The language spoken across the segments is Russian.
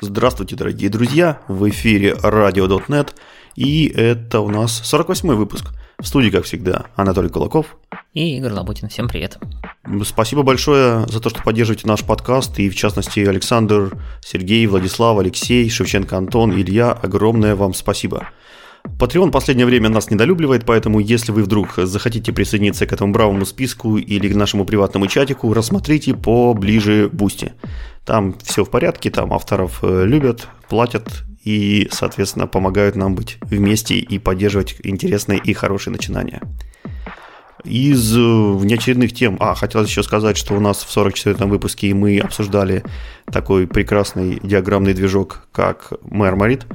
Здравствуйте, дорогие друзья, в эфире Radio.net, и это у нас 48-й выпуск. В студии, как всегда, Анатолий Кулаков и Игорь Лабутин. Всем привет. Спасибо большое за то, что поддерживаете наш подкаст, и в частности Александр, Сергей, Владислав, Алексей, Шевченко Антон, Илья, огромное вам спасибо. Patreon в последнее время нас недолюбливает, поэтому если вы вдруг захотите присоединиться к этому бравому списку или к нашему приватному чатику, рассмотрите поближе Boosty. Там все в порядке, там авторов любят, платят и, соответственно, помогают нам быть вместе и поддерживать интересные и хорошие начинания. Из внеочередных тем, хотелось еще сказать, что у нас в 44-м выпуске мы обсуждали такой прекрасный диаграммный движок, как Marmoset.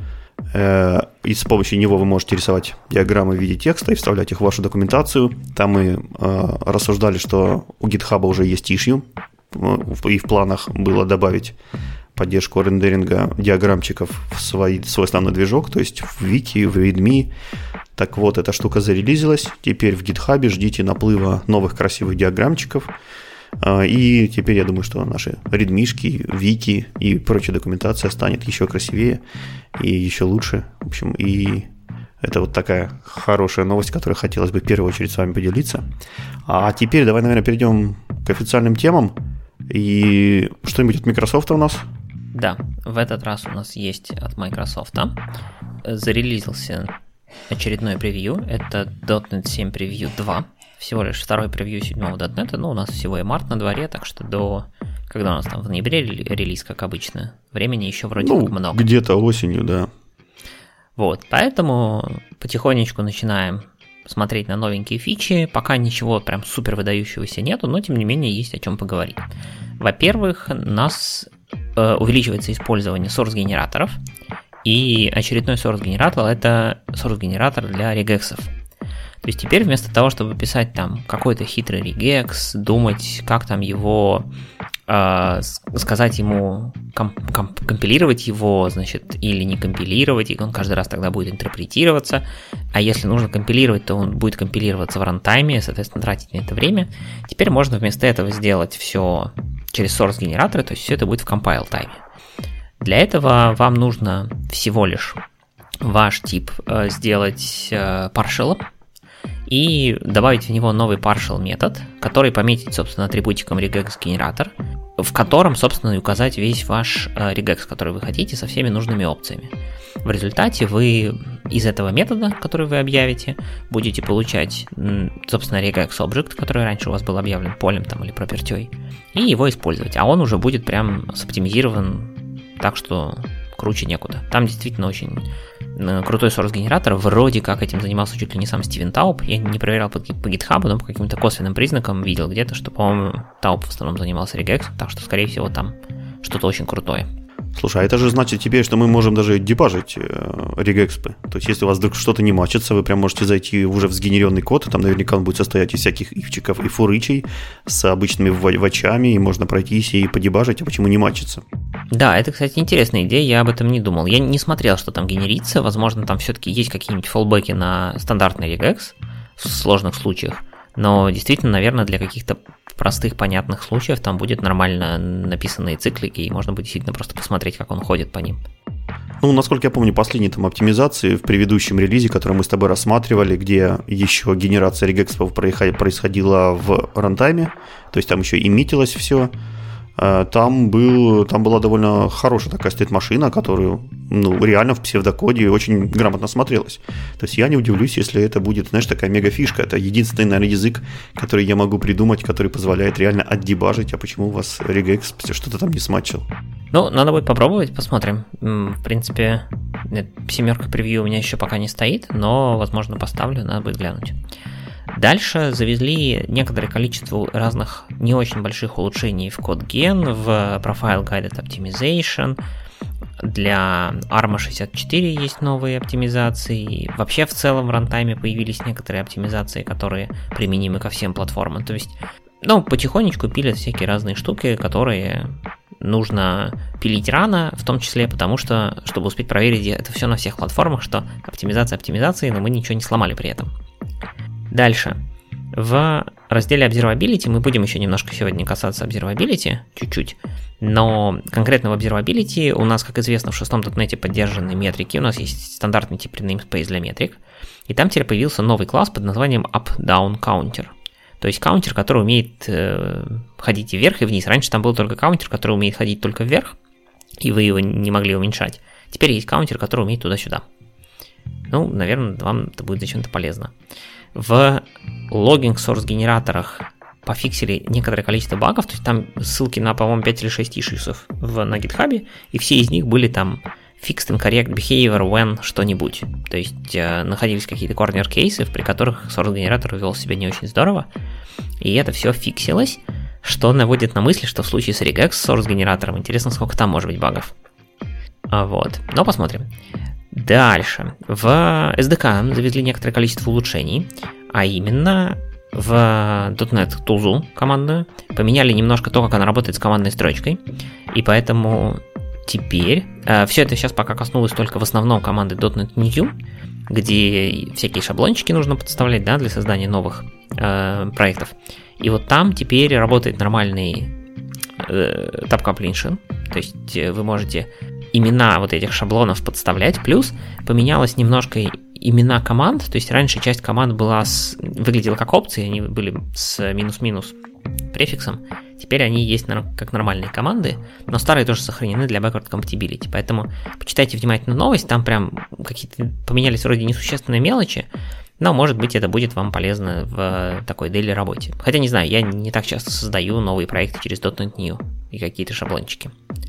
И с помощью него вы можете рисовать диаграммы в виде текста и вставлять их в вашу документацию. Там мы рассуждали, что у GitHub уже есть issue, и в планах было добавить поддержку рендеринга диаграммчиков в свой основной движок, то есть в Wiki, в README. Так вот, эта штука зарелизилась. Теперь в GitHub ждите наплыва новых красивых диаграммчиков. И теперь я думаю, что наши редмишки, вики и прочая документация станет еще красивее и еще лучше. В общем, и это вот такая хорошая новость, которой хотелось бы в первую очередь с вами поделиться. А теперь давай, наверное, перейдем к официальным темам. И что-нибудь от Microsoft у нас? Да, в этот раз у нас есть от Microsoft. Зарелизился очередной превью. Это .NET 7 Preview 2. Всего лишь второй превью 7-го .NET, у нас всего и март на дворе, так что когда у нас там в ноябре релиз, как обычно, времени еще вроде как много. Где-то осенью, да. Вот, поэтому потихонечку начинаем смотреть на новенькие фичи, пока ничего прям супер выдающегося нету, но тем не менее есть о чем поговорить. Во-первых, у нас увеличивается использование source-генераторов, и очередной source-генератор – это source-генератор для регексов. То есть теперь вместо того, чтобы писать там какой-то хитрый регекс, думать, как там его, сказать ему, компилировать его, значит, или не компилировать, и он каждый раз тогда будет интерпретироваться, а если нужно компилировать, то он будет компилироваться в рантайме, соответственно, тратить на это время. Теперь можно вместо этого сделать все через source-генераторы, то есть все это будет в compile-тайме. Для этого вам нужно всего лишь ваш тип сделать partial, и добавить в него новый partial метод, который пометить, собственно, атрибутиком regex-генератор, в котором, собственно, и указать весь ваш regex, который вы хотите, со всеми нужными опциями. В результате вы из этого метода, который вы объявите, будете получать, собственно, regex-object, который раньше у вас был объявлен полем там, или пропертей, и его использовать. А он уже будет прям соптимизирован так, что круче некуда. Там действительно очень крутой source-генератор, вроде как этим занимался чуть ли не сам Стивен Тауп. Я не проверял по GitHub, но по каким-то косвенным признакам видел где-то, что, по-моему, Тауп в основном занимался регексом, так что, скорее всего, там что-то очень крутое. Слушай, а это же значит теперь, что мы можем даже дебажить регэкспы. То есть, если у вас вдруг что-то не матчится, вы прям можете зайти уже в сгенеренный код, и там наверняка он будет состоять из всяких ифчиков и фурычей с обычными вачами, и можно пройтись и подебажить, а почему не матчится. Да, это, кстати, интересная идея, я об этом не думал. Я не смотрел, что там генерится, возможно, там все-таки есть какие-нибудь фоллбеки на стандартный регекс в сложных случаях, но действительно, наверное, для каких-то простых, понятных случаев там будет нормально написанные циклики, и можно будет действительно просто посмотреть, как он ходит по ним. Ну, насколько я помню, последние там оптимизации в предыдущем релизе, который мы с тобой рассматривали, где еще генерация регекспов происходила в рантайме, то есть там еще и митилось все. Там была довольно хорошая такая стейт-машина, которую реально в псевдокоде очень грамотно смотрелась. То есть я не удивлюсь, если это будет, знаешь, такая мега-фишка. Это единственный, наверное, язык, который я могу придумать, который позволяет реально отдебажить, а почему у вас регекс что-то там не сматчил. Ну, надо будет попробовать, посмотрим. В принципе, 7 превью у меня еще пока не стоит, но, возможно, поставлю, надо будет глянуть. Дальше завезли некоторое количество разных не очень больших улучшений в CodeGen, в Profile Guided Optimization. Для ARMA 64 есть новые оптимизации. Вообще, в целом, в рантайме появились некоторые оптимизации, которые применимы ко всем платформам. То есть, потихонечку пилят всякие разные штуки, которые нужно пилить рано, в том числе потому, что, чтобы успеть проверить это все на всех платформах, что оптимизация оптимизации, но мы ничего не сломали при этом. Дальше. В разделе Observability мы будем еще немножко сегодня касаться Observability, чуть-чуть, но конкретно в Observability у нас, как известно, в 6.NET поддержаны метрики, у нас есть стандартный тип namespace для метрик, и там теперь появился новый класс под названием Up-Down Counter. То есть каунтер, который умеет ходить и вверх, и вниз. Раньше там был только каунтер, который умеет ходить только вверх, и вы его не могли уменьшать. Теперь есть каунтер, который умеет туда-сюда. Ну, наверное, вам это будет зачем-то полезно. В логинг source генераторах пофиксили некоторое количество багов, то есть там ссылки на, по-моему, 5 или 6 ишьюсов на GitHub, и все из них были там fixed incorrect behavior when что-нибудь. То есть находились какие-то corner кейсы, при которых source генератор вел себя не очень здорово, и это все фиксилось, что наводит на мысль, что в случае с regex source генератором интересно, сколько там может быть багов. Вот, но посмотрим. Дальше. В SDK завезли некоторое количество улучшений, а именно в .NET Tools командную поменяли немножко то, как она работает с командной строчкой, и поэтому теперь все это сейчас пока коснулось только в основном команды .NET New, где всякие шаблончики нужно подставлять, да, для создания новых проектов. И вот там теперь работает нормальный tab completion, то есть вы можете имена вот этих шаблонов подставлять, плюс поменялось немножко имена команд, то есть раньше часть команд выглядела как опции, они были с минус-минус префиксом, теперь они есть как нормальные команды, но старые тоже сохранены для backward compatibility, поэтому почитайте внимательно новость, там прям какие-то поменялись вроде несущественные мелочи, но может быть это будет вам полезно в такой daily работе. Хотя не знаю, я не так часто создаю новые проекты через .NET New и какие-то шаблончики.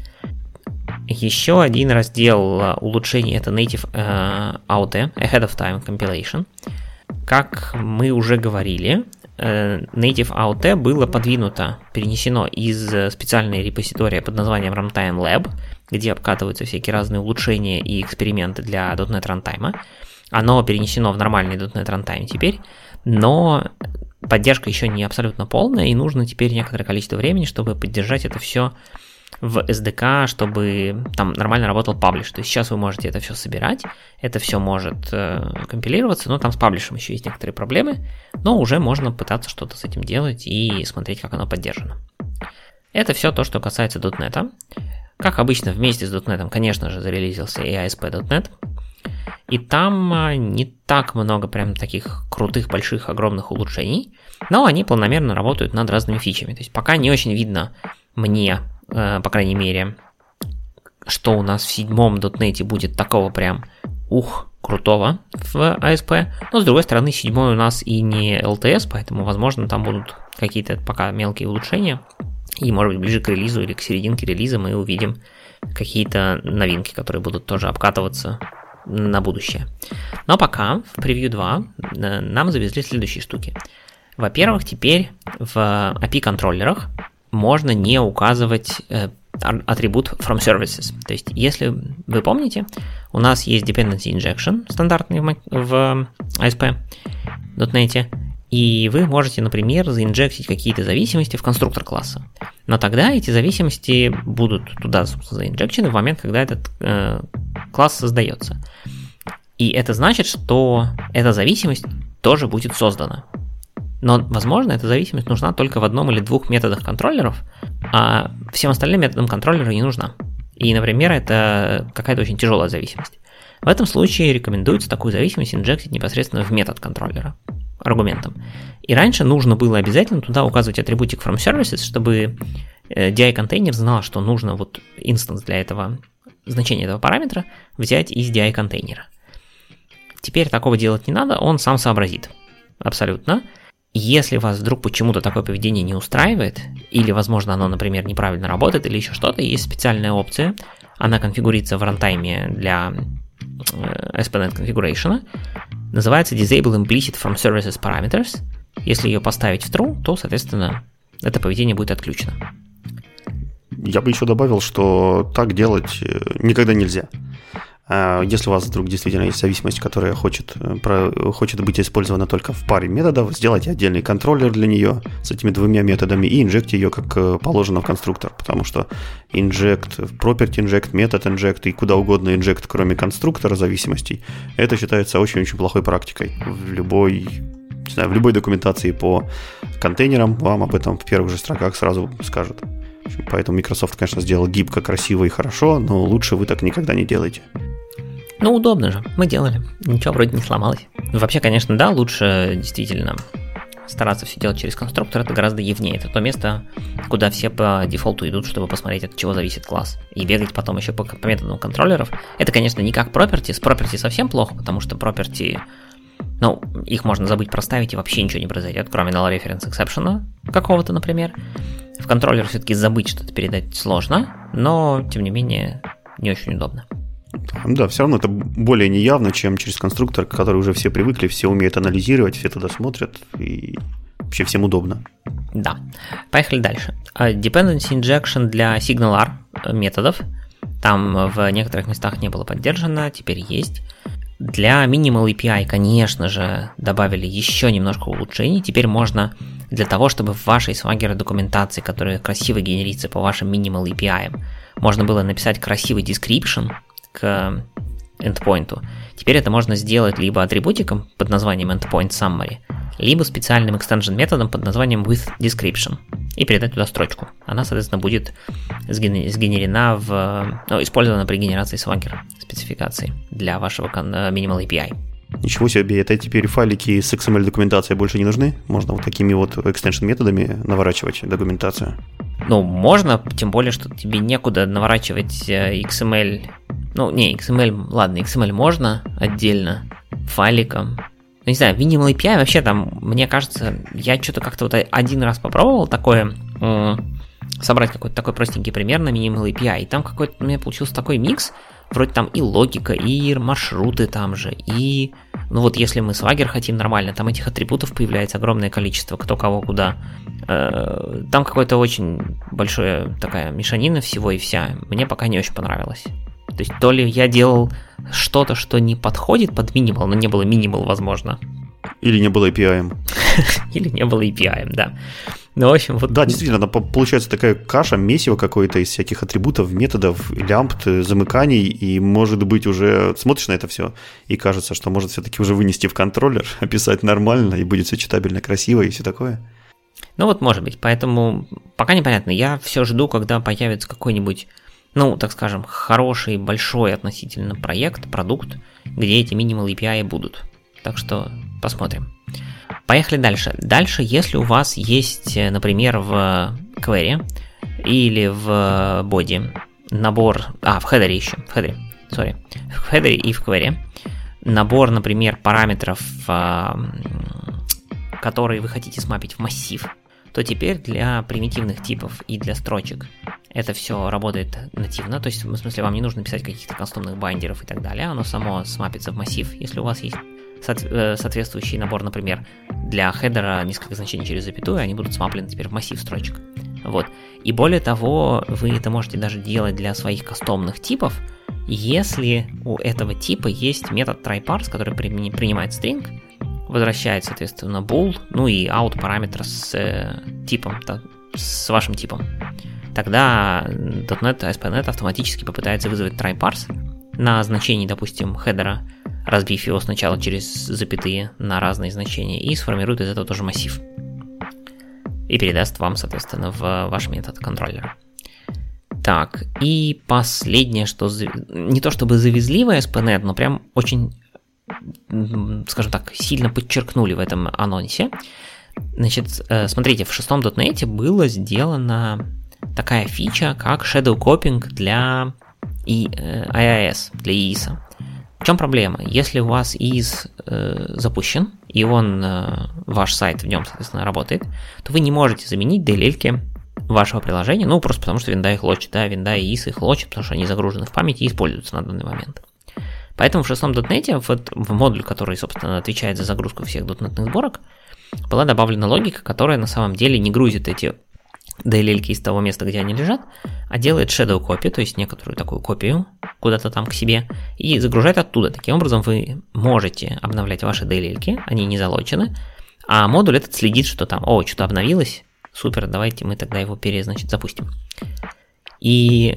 Еще один раздел улучшений — это Native AOT, Ahead of Time Compilation. Как мы уже говорили, Native AOT было перенесено из специальной репозитория под названием Runtime Lab, где обкатываются всякие разные улучшения и эксперименты для .NET Runtime. Оно перенесено в нормальный .NET Runtime теперь, но поддержка еще не абсолютно полная, и нужно теперь некоторое количество времени, чтобы поддержать это все в SDK, чтобы там нормально работал паблиш. То есть сейчас вы можете это все собирать, это все может компилироваться, но там с паблишем еще есть некоторые проблемы, но уже можно пытаться что-то с этим делать и смотреть, как оно поддержано. Это все то, что касается .NET. Как обычно, вместе с .NET, конечно же, зарелизился и ASP.NET, и там не так много прям таких крутых, больших, огромных улучшений, но они планомерно работают над разными фичами. То есть пока не очень видно мне, по крайней мере, что у нас в 7-м .NET будет такого прям крутого в ASP, но с другой стороны 7-й у нас и не LTS, поэтому, возможно, там будут какие-то пока мелкие улучшения, и, может быть, ближе к релизу или к серединке релиза мы увидим какие-то новинки, которые будут тоже обкатываться на будущее. Но пока в Preview 2 нам завезли следующие штуки. Во-первых, теперь в API-контроллерах можно не указывать атрибут from services. То есть, если вы помните, у нас есть dependency injection стандартный в ASP.NET, и вы можете, например, заинжектить какие-то зависимости в конструктор класса. Но тогда эти зависимости будут туда заинжекчены в момент, когда этот класс создается. И это значит, что эта зависимость тоже будет создана. Но, возможно, эта зависимость нужна только в одном или двух методах контроллеров, а всем остальным методам контроллера не нужна. И, например, это какая-то очень тяжелая зависимость. В этом случае рекомендуется такую зависимость инжектить непосредственно в метод контроллера аргументом. И раньше нужно было обязательно туда указывать атрибутик from services, чтобы DI-контейнер знал, что нужно вот инстанс для этого, значение этого параметра взять из DI-контейнера. Теперь такого делать не надо, он сам сообразит. Абсолютно. Если вас вдруг почему-то такое поведение не устраивает, или, возможно, оно, например, неправильно работает, или еще что-то, есть специальная опция, она конфигурируется в рантайме для ASP.NET Configuration, называется Disable Implicit from Services Parameters. Если ее поставить в True, то, соответственно, это поведение будет отключено. Я бы еще добавил, что так делать никогда нельзя. Если у вас вдруг действительно есть зависимость, которая хочет быть использована только в паре методов, сделайте отдельный контроллер для нее с этими двумя методами и инжекте ее как положено в конструктор, потому что inject, property inject, метод inject и куда угодно inject, кроме конструктора зависимостей, это считается очень-очень плохой практикой в любой не знаю, в любой документации по контейнерам вам об этом в первых же строках сразу скажут. Поэтому Microsoft, конечно, сделал гибко, красиво и хорошо, но лучше вы так никогда не делаете. Ну, удобно же, мы делали, ничего вроде не сломалось. Вообще, конечно, да, лучше действительно стараться все делать через конструктор, это гораздо явнее. Это то место, куда все по дефолту идут, чтобы посмотреть, от чего зависит класс. И бегать потом еще по методам контроллеров. Это, конечно, не как property, с property совсем плохо, потому что property, ну, их можно забыть проставить и вообще ничего не произойдет, кроме null reference exception какого-то, например. В контроллер все-таки забыть что-то передать сложно, но, тем не менее, не очень удобно. Да, все равно это более неявно, чем через конструктор, к которому уже все привыкли, все умеют анализировать, все туда смотрят, и вообще всем удобно. Да. Поехали дальше. Dependency injection для SignalR методов. Там в некоторых местах не было поддержано, теперь есть. Для Minimal API, конечно же, добавили еще немножко улучшений. Теперь можно для того, чтобы в вашей Swagger документации, которая красиво генерится по вашим Minimal API, можно было написать красивый description к endpoint. Теперь это можно сделать либо атрибутиком под названием endpoint summary, либо специальным extension методом под названием with description и передать туда строчку. Она, соответственно, будет сгенерена использована при генерации Swagger спецификации для вашего Minimal API. Ничего себе, это теперь файлики с XML документацией больше не нужны? Можно вот такими вот extension методами наворачивать документацию? Ну, можно, тем более, что тебе некуда наворачивать XML. Ну, не, XML, ладно, XML можно отдельно, файликом. Ну, не знаю, Minimal API вообще там, мне кажется, я что-то как-то вот один раз попробовал такое, собрать какой-то такой простенький пример на Minimal API, и там какой-то у меня получился такой микс, вроде там и логика, и маршруты там же, и... Ну вот если мы Swagger хотим нормально, там этих атрибутов появляется огромное количество, кто кого куда. Там какое-то очень большое такая мешанина всего и вся. Мне пока не очень понравилось. То есть то ли я делал что-то, что не подходит под Minimal, но не было Minimal, возможно. Или не было API. Или не было API, да. Ну, в общем, вот... Да, действительно, получается такая каша, месиво какое-то из всяких атрибутов, методов, лямбд, замыканий, и, может быть, уже смотришь на это все, и кажется, что может все-таки уже вынести в контроллер, описать нормально, и будет все читабельно, красиво, и все такое. Ну, вот, может быть, поэтому пока непонятно. Я все жду, когда появится какой-нибудь, ну, так скажем, хороший, большой относительно проект, продукт, где эти Minimal API будут. Так что посмотрим. Поехали дальше. Дальше, если у вас есть, например, в query или в body набор... в хедере еще. В хедере и в query набор, например, параметров, которые вы хотите смапить в массив, то теперь для примитивных типов и для строчек это все работает нативно. То есть, в смысле, вам не нужно писать каких-то кастомных байдеров и так далее. Оно само смапится в массив, если у вас есть соответствующий набор, например, для хедера несколько значений через запятую, они будут смаплены теперь в массив строчек. Вот. И более того, вы это можете даже делать для своих кастомных типов, если у этого типа есть метод tryparse, который принимает string, возвращает, соответственно, bool, ну и out параметр с типом, с вашим типом. Тогда .NET ASP.NET автоматически попытается вызвать tryparse на значении, допустим, хедера, разбив его сначала через запятые на разные значения, и сформирует из этого тоже массив. И передаст вам, соответственно, в ваш метод контроллера. Так, и последнее, что не то чтобы завезли в ASP.NET, но прям очень, скажем так, сильно подчеркнули в этом анонсе. Значит, смотрите, в 6-м .NET была сделана такая фича, как shadow copying для IIS, для IIS. В чем проблема? Если у вас IIS запущен, и ваш сайт в нем, соответственно, работает, то вы не можете заменить DLL-ки вашего приложения, ну, просто потому что винда их лочит, да, винда и IIS их лочит, потому что они загружены в память и используются на данный момент. Поэтому в 6-м .NET, в модуль, который, собственно, отвечает за загрузку всех .NET сборок, была добавлена логика, которая на самом деле не грузит эти DLL-ки из того места, где они лежат, а делает shadow copy, то есть некоторую такую копию куда-то там к себе, и загружает оттуда. Таким образом вы можете обновлять ваши DLL-ки, они не залочены, а модуль этот следит, что там, что-то обновилось, супер, давайте мы тогда его запустим. И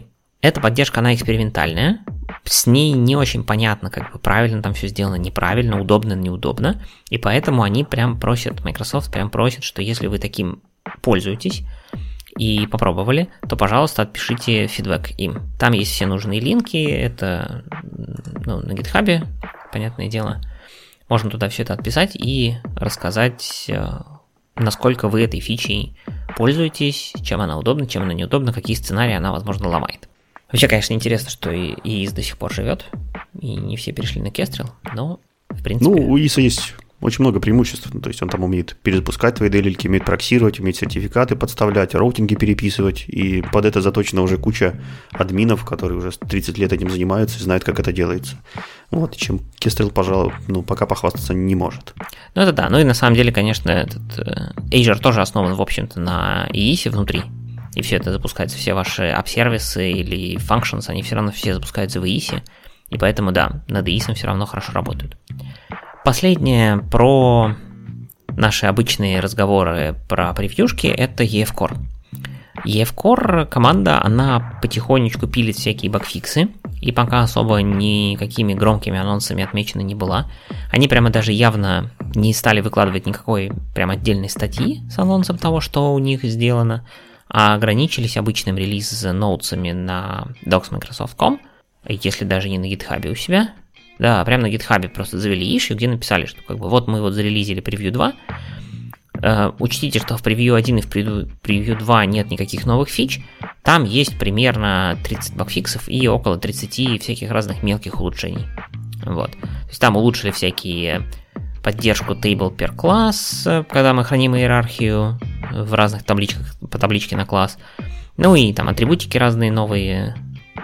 Эта поддержка, она экспериментальная, с ней не очень понятно, как бы правильно там все сделано, неправильно, удобно, неудобно, и поэтому они прям просят, Microsoft прям просит, что если вы таким пользуетесь и попробовали, то, пожалуйста, отпишите фидбэк им. Там есть все нужные линки, это на GitHub, понятное дело. Можно туда все это отписать и рассказать, насколько вы этой фичей пользуетесь, чем она удобна, чем она неудобна, какие сценарии она, возможно, ломает. Вообще, конечно, интересно, что и ИИС до сих пор живет, и не все перешли на Kestrel, но, в принципе... Ну, у ИИСа есть очень много преимуществ, то есть он там умеет перезапускать твои делильки, умеет проксировать, умеет сертификаты подставлять, роутинги переписывать, и под это заточена уже куча админов, которые уже 30 лет этим занимаются и знают, как это делается. Вот, чем Kestrel, пожалуй, пока похвастаться не может. Ну, это да, ну и на самом деле, конечно, этот Azure тоже основан, в общем-то, на ИИСе внутри, и все это запускается, все ваши app-сервисы или functions, они все равно все запускаются в ИИСе, и поэтому, да, над ИИСом все равно хорошо работают. Последнее про наши обычные разговоры про превьюшки – это EF Core. EF Core команда, она потихонечку пилит всякие багфиксы, и пока особо никакими громкими анонсами отмечена не была. Они прямо даже явно не стали выкладывать никакой прям отдельной статьи с анонсом того, что у них сделано, а ограничились обычным релиз-ноутсами на docs.microsoft.com, если даже не на GitHub у себя. Да, прямо на GitHub просто завели issue, где написали, что как бы вот мы вот зарелизили превью 2. Учтите, что в превью 1 и в превью 2 нет никаких новых фич. Там есть примерно 30 багфиксов и около 30 всяких разных мелких улучшений. Вот. То есть там улучшили всякие поддержку table per class, когда мы храним иерархию в разных табличках, по табличке на класс. Ну и там атрибутики разные новые.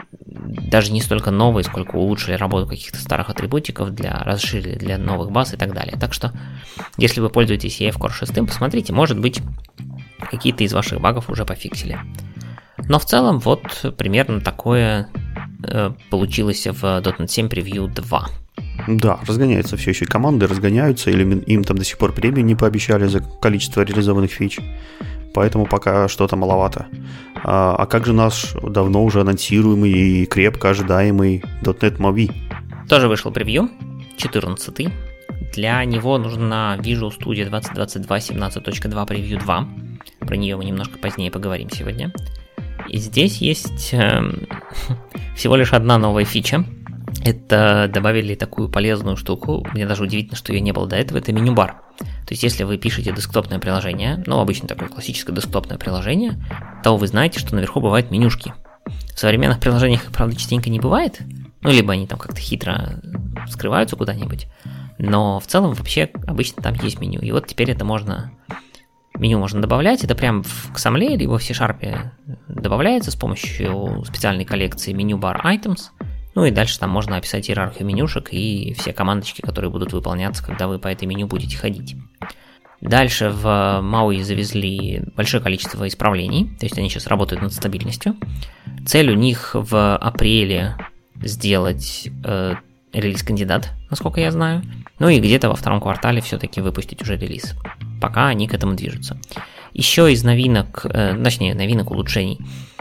Даже не столько новые, сколько улучшили работу каких-то старых атрибутиков, расширили для новых баз и так далее. Так что, если вы пользуетесь EF Core 6, посмотрите, может быть, какие-то из ваших багов уже пофиксили. Но в целом, вот примерно такое получилось в .NET 7 Preview 2. Да, разгоняются все еще команды, разгоняются, или им там до сих пор премию не пообещали за количество реализованных фич. Поэтому пока что-то маловато. А как же наш давно уже анонсируемый и крепко ожидаемый .NET MAUI? Тоже вышел превью, 14-й. Для него нужна Visual Studio 2022 17.2 Preview 2. Про нее мы немножко позднее поговорим сегодня. И здесь есть всего лишь одна новая фича. Это добавили такую полезную штуку, мне даже удивительно, что ее не было до этого, это меню-бар. То есть, если вы пишете десктопное приложение, обычно такое классическое десктопное приложение, то вы знаете, что наверху бывают менюшки. В современных приложениях, правда, частенько не бывает, либо они там как-то хитро скрываются куда-нибудь, но в целом вообще обычно там есть меню. И вот теперь это меню можно добавлять, это прям в XAML либо в C# добавляется с помощью специальной коллекции меню-бар items. Ну и дальше там можно описать иерархию менюшек и все командочки, которые будут выполняться, когда вы по этой меню будете ходить. Дальше в MAUI завезли большое количество исправлений, то есть они сейчас работают над стабильностью. Цель у них в апреле сделать релиз-кандидат, насколько я знаю. Ну и где-то во втором квартале все-таки выпустить уже релиз. Пока они к этому движутся. Еще из новинок улучшений.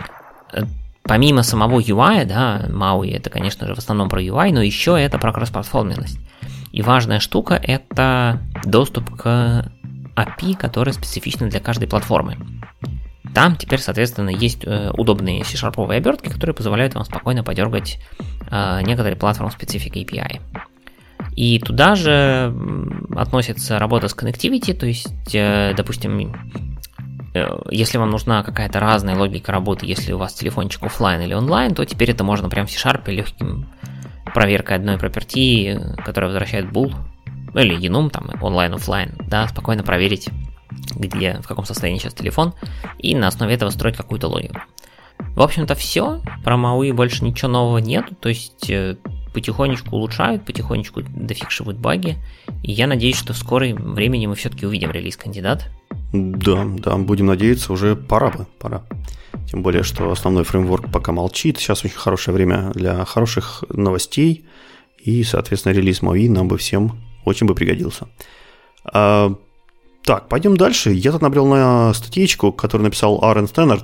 Помимо самого UI, да, MAUI это, конечно же, в основном про UI, но еще это про кроссплатформенность. И важная штука – это доступ к API, который специфичен для каждой платформы. Там теперь, соответственно, есть удобные C# обертки, которые позволяют вам спокойно подергать некоторые платформ-специфик API. И туда же относится работа с connectivity, то есть, допустим, если вам нужна какая-то разная логика работы, если у вас телефончик офлайн или онлайн, то теперь это можно прям в C# легким проверкой одной property, которая возвращает bool, или enum, там, онлайн-офлайн, да, спокойно проверить, в каком состоянии сейчас телефон, и на основе этого строить какую-то логику. В общем-то, все, про MAUI больше ничего нового нету, то есть потихонечку улучшают, потихонечку дофикшивают баги, и я надеюсь, что в скором времени мы все-таки увидим релиз-кандидат. Да, будем надеяться, уже пора. Тем более, что основной фреймворк пока молчит. Сейчас очень хорошее время для хороших новостей. И, соответственно, релиз MAUI нам бы всем очень бы пригодился. Так, пойдем дальше. Я тут набрел на статейку, которую написал Аарон Стэннард.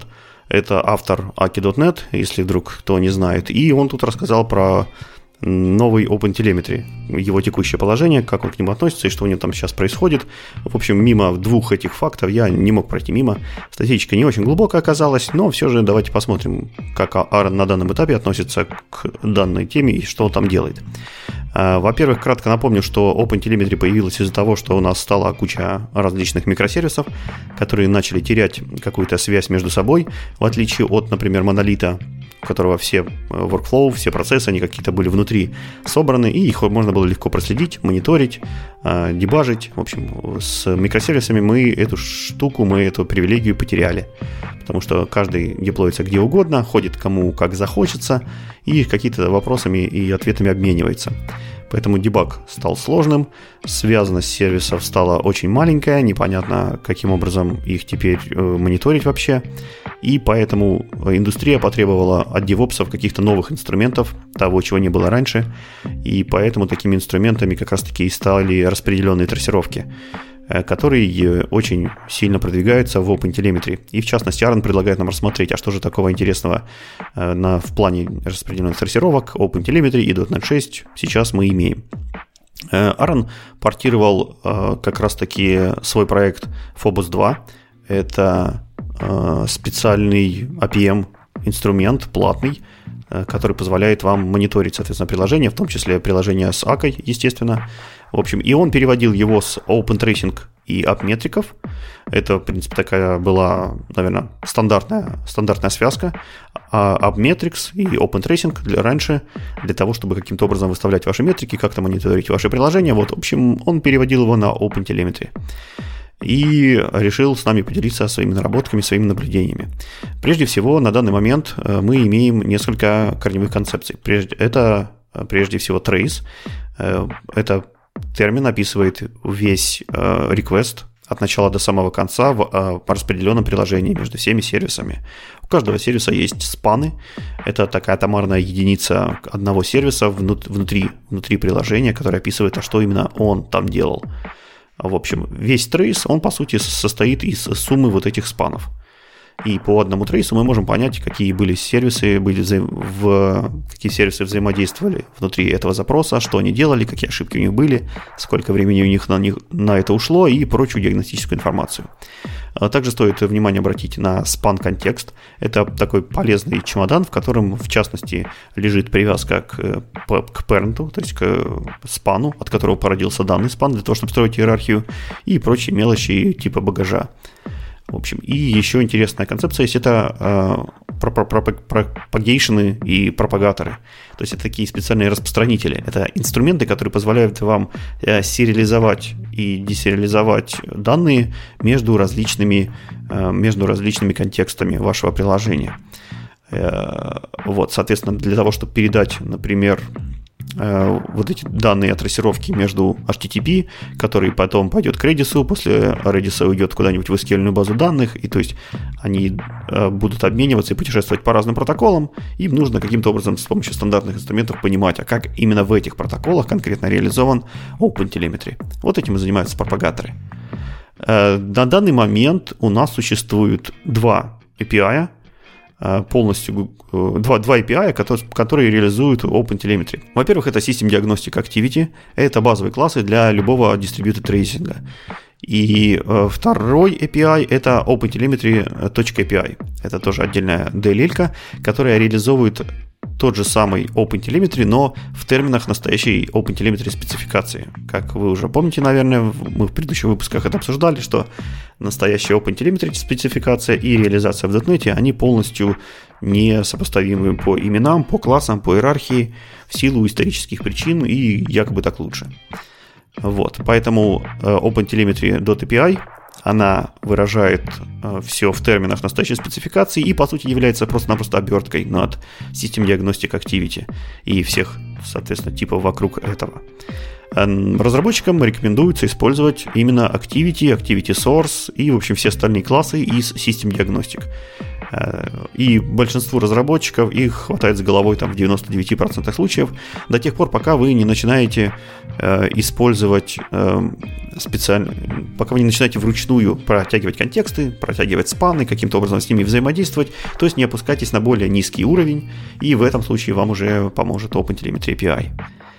Это автор Aki.net, если вдруг кто не знает. И он тут рассказал про новый OpenTelemetry, его текущее положение, как он к нему относится и что у него там сейчас происходит. В общем, мимо двух этих фактов я не мог пройти мимо. Статистика не очень глубокая оказалась, но все же давайте посмотрим, как Аарон на данном этапе относится к данной теме и что он там делает. Во-первых, кратко напомню, что OpenTelemetry появилась из-за того, что у нас стала куча различных микросервисов, которые начали терять какую-то связь между собой, в отличие от, например, монолита, у которого все workflow, все процессы, они какие-то были внутри собраны, и их можно было легко проследить, мониторить, дебажить. В общем, с микросервисами мы эту привилегию потеряли, потому что каждый деплоится где угодно, ходит кому как захочется, и какие-то вопросами и ответами обменивается. Поэтому дебаг стал сложным, связанность сервисов стала очень маленькая, непонятно, каким образом их теперь мониторить вообще. И поэтому индустрия потребовала от девопсов каких-то новых инструментов, того, чего не было раньше. И поэтому такими инструментами как раз-таки и стали распределенные трассировки, которые очень сильно продвигаются в OpenTelemetry. И в частности, Аарон предлагает нам рассмотреть, а что же такого интересного в плане распределенных трассировок OpenTelemetry и .NET 6 сейчас мы имеем. Аарон портировал как раз-таки свой проект Phobos 2. Это специальный APM-инструмент, платный, который позволяет вам мониторить, соответственно, приложения, в том числе приложения с Акой, естественно. В общем, и он переводил его с OpenTracing и AppMetric'ов. Это, в принципе, такая была, наверное, стандартная связка. А AppMetrics и OpenTracing раньше для того, чтобы каким-то образом выставлять ваши метрики, как-то мониторить ваши приложения. Вот, в общем, он переводил его на OpenTelemetry. И решил с нами поделиться своими наработками, своими наблюдениями. Прежде всего, на данный момент мы имеем несколько корневых концепций. Это, прежде всего, trace. Это термин описывает весь request от начала до самого конца в распределенном приложении между всеми сервисами. У каждого сервиса есть спаны. Это такая атомарная единица одного сервиса внутри приложения, которая описывает, а что именно он там делал. В общем, весь трейс, он по сути состоит из суммы вот этих спанов. И по одному трейсу мы можем понять, какие сервисы взаимодействовали внутри этого запроса, что они делали, какие ошибки у них были, сколько времени у них на это ушло и прочую диагностическую информацию. Также стоит внимание обратить на спан-контекст. Это такой полезный чемодан, в котором, в частности, лежит привязка к паренту, то есть к спану, от которого породился данный спан, для того, чтобы строить иерархию, и прочие мелочи типа багажа. В общем, и еще интересная концепция есть, это пропагейшены и пропагаторы. То есть это такие специальные распространители. Это инструменты, которые позволяют вам сериализовать и десериализовать данные между различными контекстами вашего приложения. Вот, соответственно, для того, чтобы передать, например, вот эти данные от трассировки между HTTP, который потом пойдет к Redis, после Redis уйдет куда-нибудь в SQL базу данных, и то есть они будут обмениваться и путешествовать по разным протоколам, им нужно каким-то образом с помощью стандартных инструментов понимать, а как именно в этих протоколах конкретно реализован OpenTelemetry. Вот этим и занимаются пропагаторы. На данный момент у нас существует два API, полностью два API, которые реализуют OpenTelemetry. Во-первых, это System Diagnostic Activity. Это базовые классы для любого Distributed Tracing. И второй API – это OpenTelemetry.API. Это тоже отдельная DLL, которая реализовывает тот же самый OpenTelemetry, но в терминах настоящей OpenTelemetry спецификации. Как вы уже помните, наверное, мы в предыдущих выпусках это обсуждали, что настоящая OpenTelemetry спецификация и реализация в .NET, они полностью несопоставимы по именам, по классам, по иерархии, в силу исторических причин, и якобы так лучше. Вот, поэтому OpenTelemetry.API, она выражает все в терминах настоящей спецификации и, по сути, является просто-напросто оберткой над System Diagnostic Activity и всех, соответственно, типов вокруг этого. Разработчикам рекомендуется использовать именно Activity, Activity Source и, в общем, все остальные классы из System Diagnostic. И большинству разработчиков их хватает с головой там, в 99% случаев до тех пор, пока вы не начинаете использовать специально, пока вы не начинаете вручную протягивать контексты, протягивать спаны, каким-то образом с ними взаимодействовать, то есть не опускайтесь на более низкий уровень, и в этом случае вам уже поможет OpenTelemetry API.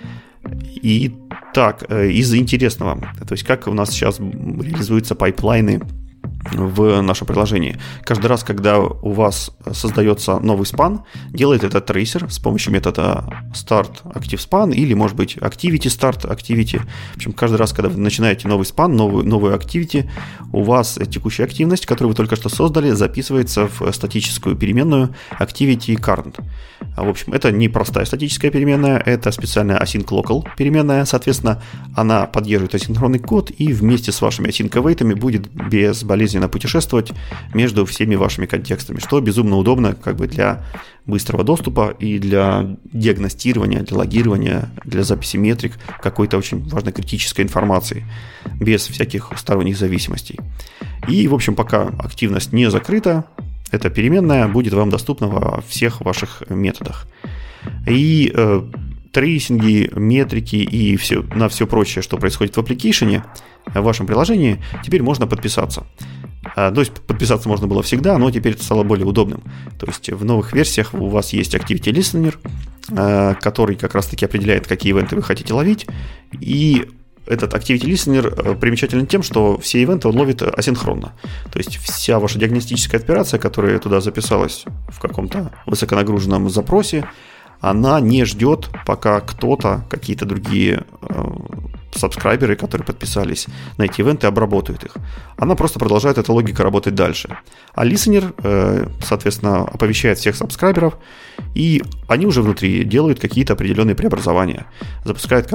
И так, из интересного, то есть как у нас сейчас реализуются пайплайны в нашем приложении. Каждый раз, когда у вас создается новый спан, делает это трейсер с помощью метода start active span или, может быть, activity start activity. В общем, каждый раз, когда вы начинаете новый спан, новую activity, у вас текущая активность, которую вы только что создали, записывается в статическую переменную activity current. В общем, это не простая статическая переменная, это специальная async local переменная. Соответственно, она поддерживает асинхронный код и вместе с вашими async await будет безболезненно путешествовать между всеми вашими контекстами, что безумно удобно как бы для быстрого доступа и для диагностирования, для логирования, для записи метрик какой-то очень важной критической информации без всяких сторонних зависимостей. И, в общем, пока активность не закрыта, эта переменная будет вам доступна во всех ваших методах. И трейсинги, метрики и на все прочее, что происходит в аппликейшене, в вашем приложении, теперь можно подписаться. То есть подписаться можно было всегда, но теперь это стало более удобным. То есть в новых версиях у вас есть Activity Listener, который как раз-таки определяет, какие ивенты вы хотите ловить. И этот Activity Listener примечателен тем, что все ивенты он ловит асинхронно. То есть вся ваша диагностическая операция, которая туда записалась в каком-то высоконагруженном запросе, она не ждет, пока кто-то, какие-то другие сабскрайберы, которые подписались на эти ивенты, обработают их. Она просто продолжает, эта логика, работать дальше. А listener, соответственно, оповещает всех сабскрайберов, и они уже внутри делают какие-то определенные преобразования. Запускают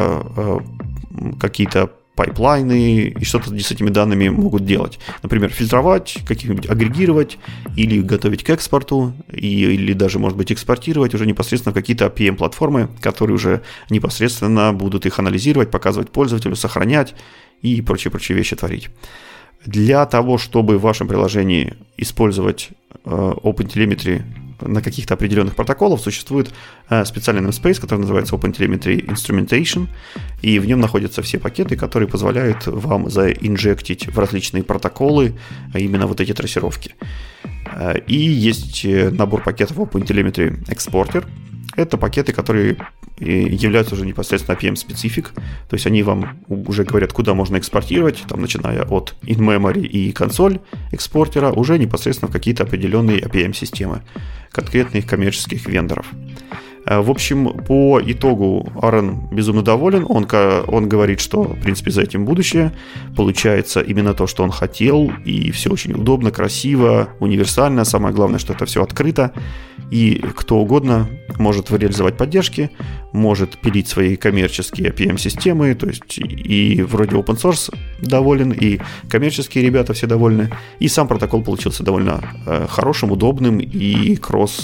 какие-то пайплайны и что-то с этими данными могут делать. Например, фильтровать, каких-нибудь агрегировать или готовить к экспорту, или даже, может быть, экспортировать уже непосредственно в какие-то APM-платформы, которые уже непосредственно будут их анализировать, показывать пользователю, сохранять и прочие вещи творить. Для того, чтобы в вашем приложении использовать OpenTelemetry на каких-то определенных протоколах, существует специальный namespace, который называется OpenTelemetry Instrumentation, и в нем находятся все пакеты, которые позволяют вам заинжектить в различные протоколы именно вот эти трассировки. И есть набор пакетов OpenTelemetry Exporter. Это пакеты, которые являются уже непосредственно APM-специфик, то есть они вам уже говорят, куда можно экспортировать, там, начиная от in-memory и консоль экспортера, уже непосредственно в какие-то определенные APM-системы конкретных коммерческих вендоров. В общем, по итогу Аарон безумно доволен. Он говорит, что, в принципе, за этим будущее. Получается именно то, что он хотел, и все очень удобно, красиво, универсально. Самое главное, что это все открыто, и кто угодно может реализовать поддержки, может пилить свои коммерческие APM-системы, то есть и вроде open source доволен, и коммерческие ребята все довольны, и сам протокол получился довольно хорошим, удобным и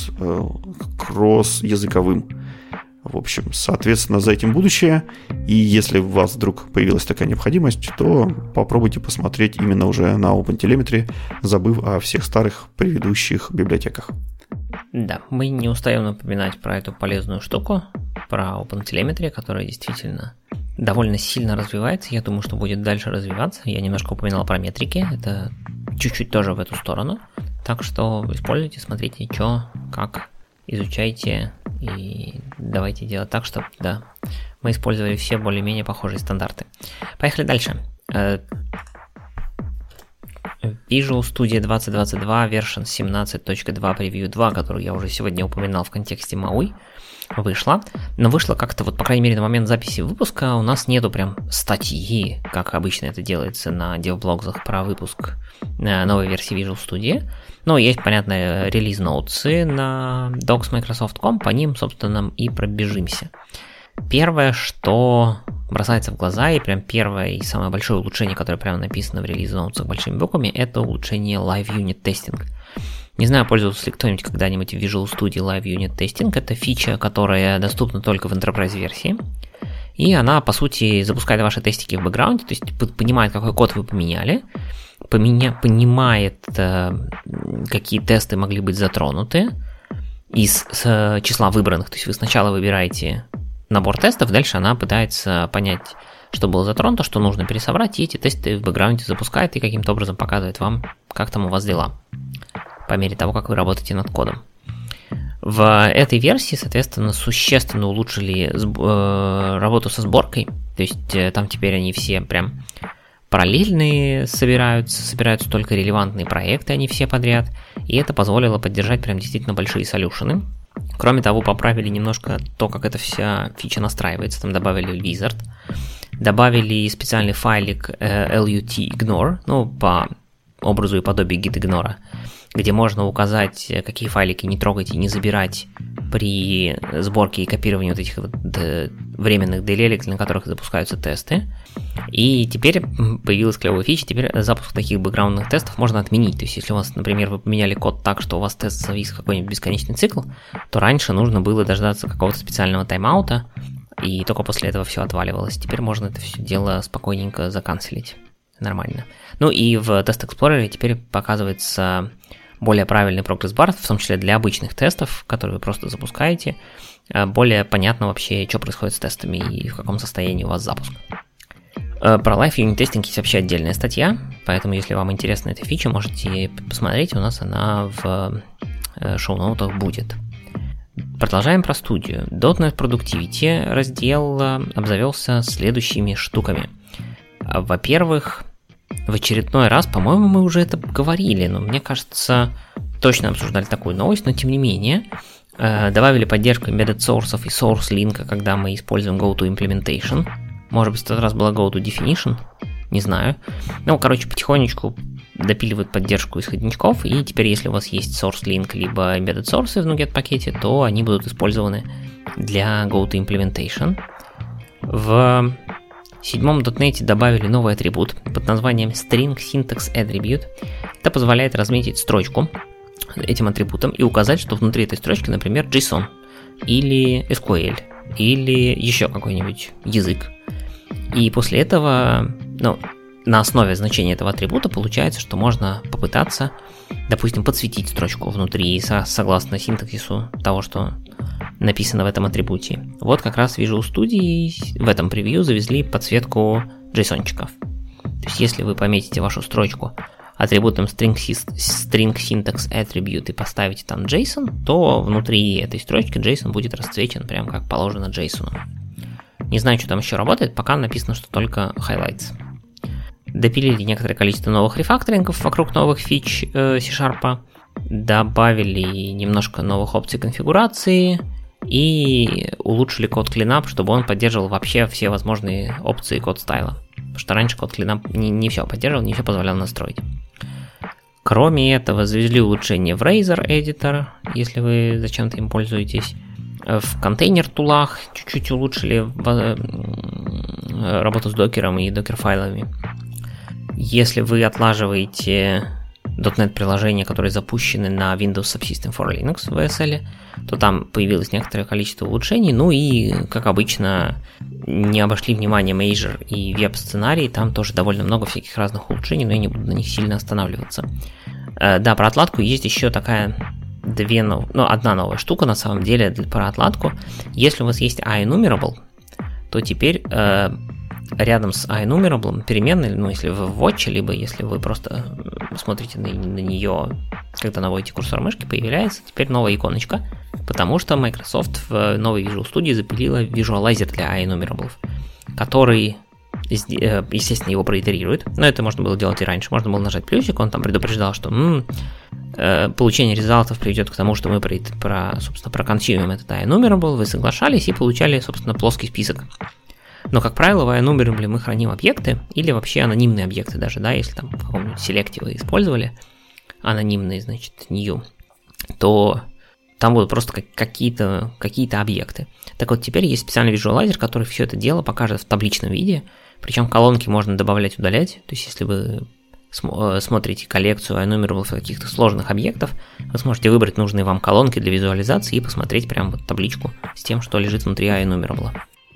кросс-языковым. В общем, соответственно, за этим будущее, и если у вас вдруг появилась такая необходимость, то попробуйте посмотреть именно уже на OpenTelemetry, забыв о всех старых предыдущих библиотеках. Да, мы не устаем напоминать про эту полезную штуку, про OpenTelemetry, которая действительно довольно сильно развивается. Я думаю, что будет дальше развиваться. Я немножко упоминал про метрики, это чуть-чуть тоже в эту сторону. Так что используйте, смотрите, что, как, изучайте и давайте делать так, чтобы, да, мы использовали все более-менее похожие стандарты. Поехали дальше. Visual Studio 2022 version 17.2 Preview 2, которую я уже сегодня упоминал в контексте MAUI, вышла. Но вышла как-то, вот по крайней мере на момент записи выпуска у нас нету прям статьи, как обычно это делается на девблогах про выпуск новой версии Visual Studio. Но есть, понятно, релиз-ноутсы на docs.microsoft.com, по ним, собственно, и пробежимся. Первое, что бросается в глаза, и прям первое и самое большое улучшение, которое прямо написано в релиз-ноутсах большими буквами, это улучшение Live Unit Testing. Не знаю, пользовался ли кто-нибудь когда-нибудь в Visual Studio Live Unit Testing. Это фича, которая доступна только в Enterprise версии. и она, по сути, запускает ваши тестики в бэкграунде, то есть понимает, какой код вы поменяли, понимает, какие тесты могли быть затронуты из числа выбранных. То есть вы сначала выбираете набор тестов, дальше она пытается понять, что было затронуто, что нужно пересобрать, и эти тесты в бэкграунде запускает и каким-то образом показывает вам, как там у вас дела, по мере того, как вы работаете над кодом. В этой версии, соответственно, существенно улучшили работу со сборкой, то есть там теперь они все прям параллельные собираются только релевантные проекты, они все подряд, и это позволило поддержать прям действительно большие солюшены. Кроме того, поправили немножко то, как эта вся фича настраивается, там добавили wizard, добавили специальный файлик LUT-ignore, ну, по образу и подобию git-ignore, где можно указать, какие файлики не трогать и не забирать при сборке и копировании вот этих вот временных DLL, на которых запускаются тесты. И теперь появилась клевая фича, теперь запуск таких бэкграундных тестов можно отменить. То есть, если у вас, например, вы поменяли код так, что у вас тест завис какой-нибудь бесконечный цикл, то раньше нужно было дождаться какого-то специального тайм-аута, и только после этого все отваливалось. Теперь можно это все дело спокойненько заканцелить. Нормально. Ну и в Test Explorer теперь показывается более правильный прогресс-бар, в том числе для обычных тестов, которые вы просто запускаете. Более понятно вообще, что происходит с тестами и в каком состоянии у вас запуск. Про Live Unit Testing есть вообще отдельная статья, поэтому если вам интересна эта фича, можете посмотреть, у нас она в шоу-ноутах будет. Продолжаем про студию. .NET Productivity раздел обзавелся следующими штуками. Во-первых, в очередной раз, по-моему, мы уже это говорили, но мне кажется, точно обсуждали такую новость, но тем не менее, добавили поддержку embedded source и source link, когда мы используем GoToImplementation. Может быть, в тот раз была GoToDefinition, не знаю. Ну, короче, потихонечку допиливают поддержку исходничков, и теперь, если у вас есть source link либо embedded source в NuGet пакете, то они будут использованы для GoToImplementation. В 7-м .NET добавили новый атрибут под названием String Syntax Attribute. Это позволяет разметить строчку этим атрибутом и указать, что внутри этой строчки, например, JSON или SQL или еще какой-нибудь язык. И после этого, на основе значения этого атрибута получается, что можно попытаться, допустим, подсветить строчку внутри согласно синтаксису того, что написано в этом атрибуте. Вот как раз в Visual Studio в этом превью завезли подсветку JSON-чиков. То есть если вы пометите вашу строчку атрибутом string syntax attribute и поставите там JSON, то внутри этой строчки JSON будет расцвечен прям как положено JSON. Не знаю, что там еще работает, пока написано, что только highlights. Допилили некоторое количество новых рефакторингов вокруг новых фич C-Sharp, добавили немножко новых опций конфигурации и улучшили код cleanup, чтобы он поддерживал вообще все возможные опции код стайла. Потому что раньше код cleanup не все поддерживал, не все позволял настроить. Кроме этого, завезли улучшение в Razor Editor, если вы зачем-то им пользуетесь. В контейнер-тулах чуть-чуть улучшили работу с докером и докер-файлами. Если вы отлаживаете .NET приложения, которые запущены на Windows Subsystem for Linux в VSL, то там появилось некоторое количество улучшений, ну и, как обычно, не обошли вниманием Azure и веб-сценарий, там тоже довольно много всяких разных улучшений, но я не буду на них сильно останавливаться. Да, про отладку есть еще такая одна новая штука на самом деле про отладку. Если у вас есть IEnumerable, то теперь рядом с IEnumerable переменной, если вы в Watch, либо если вы просто смотрите на нее, когда наводите курсор мышки, появляется теперь новая иконочка, потому что Microsoft в новой Visual Studio запилила визуалайзер для IEnumerable, который, естественно, его проитерирует, но это можно было делать и раньше. Можно было нажать плюсик, он там предупреждал, что получение результатов приведет к тому, что мы проконсюмим этот IEnumerable, вы соглашались и получали, собственно, плоский список. Но, как правило, в IEnumerable мы храним объекты или вообще анонимные объекты даже, да, если там в каком-нибудь селекте вы использовали анонимные, значит, new, то там будут просто какие-то объекты. Так вот, теперь есть специальный визуалайзер, который все это дело покажет в табличном виде, причем колонки можно добавлять, удалять, то есть если вы смотрите коллекцию IEnumerable каких-то сложных объектов, вы сможете выбрать нужные вам колонки для визуализации и посмотреть прям вот табличку с тем, что лежит внутри IEnumerable.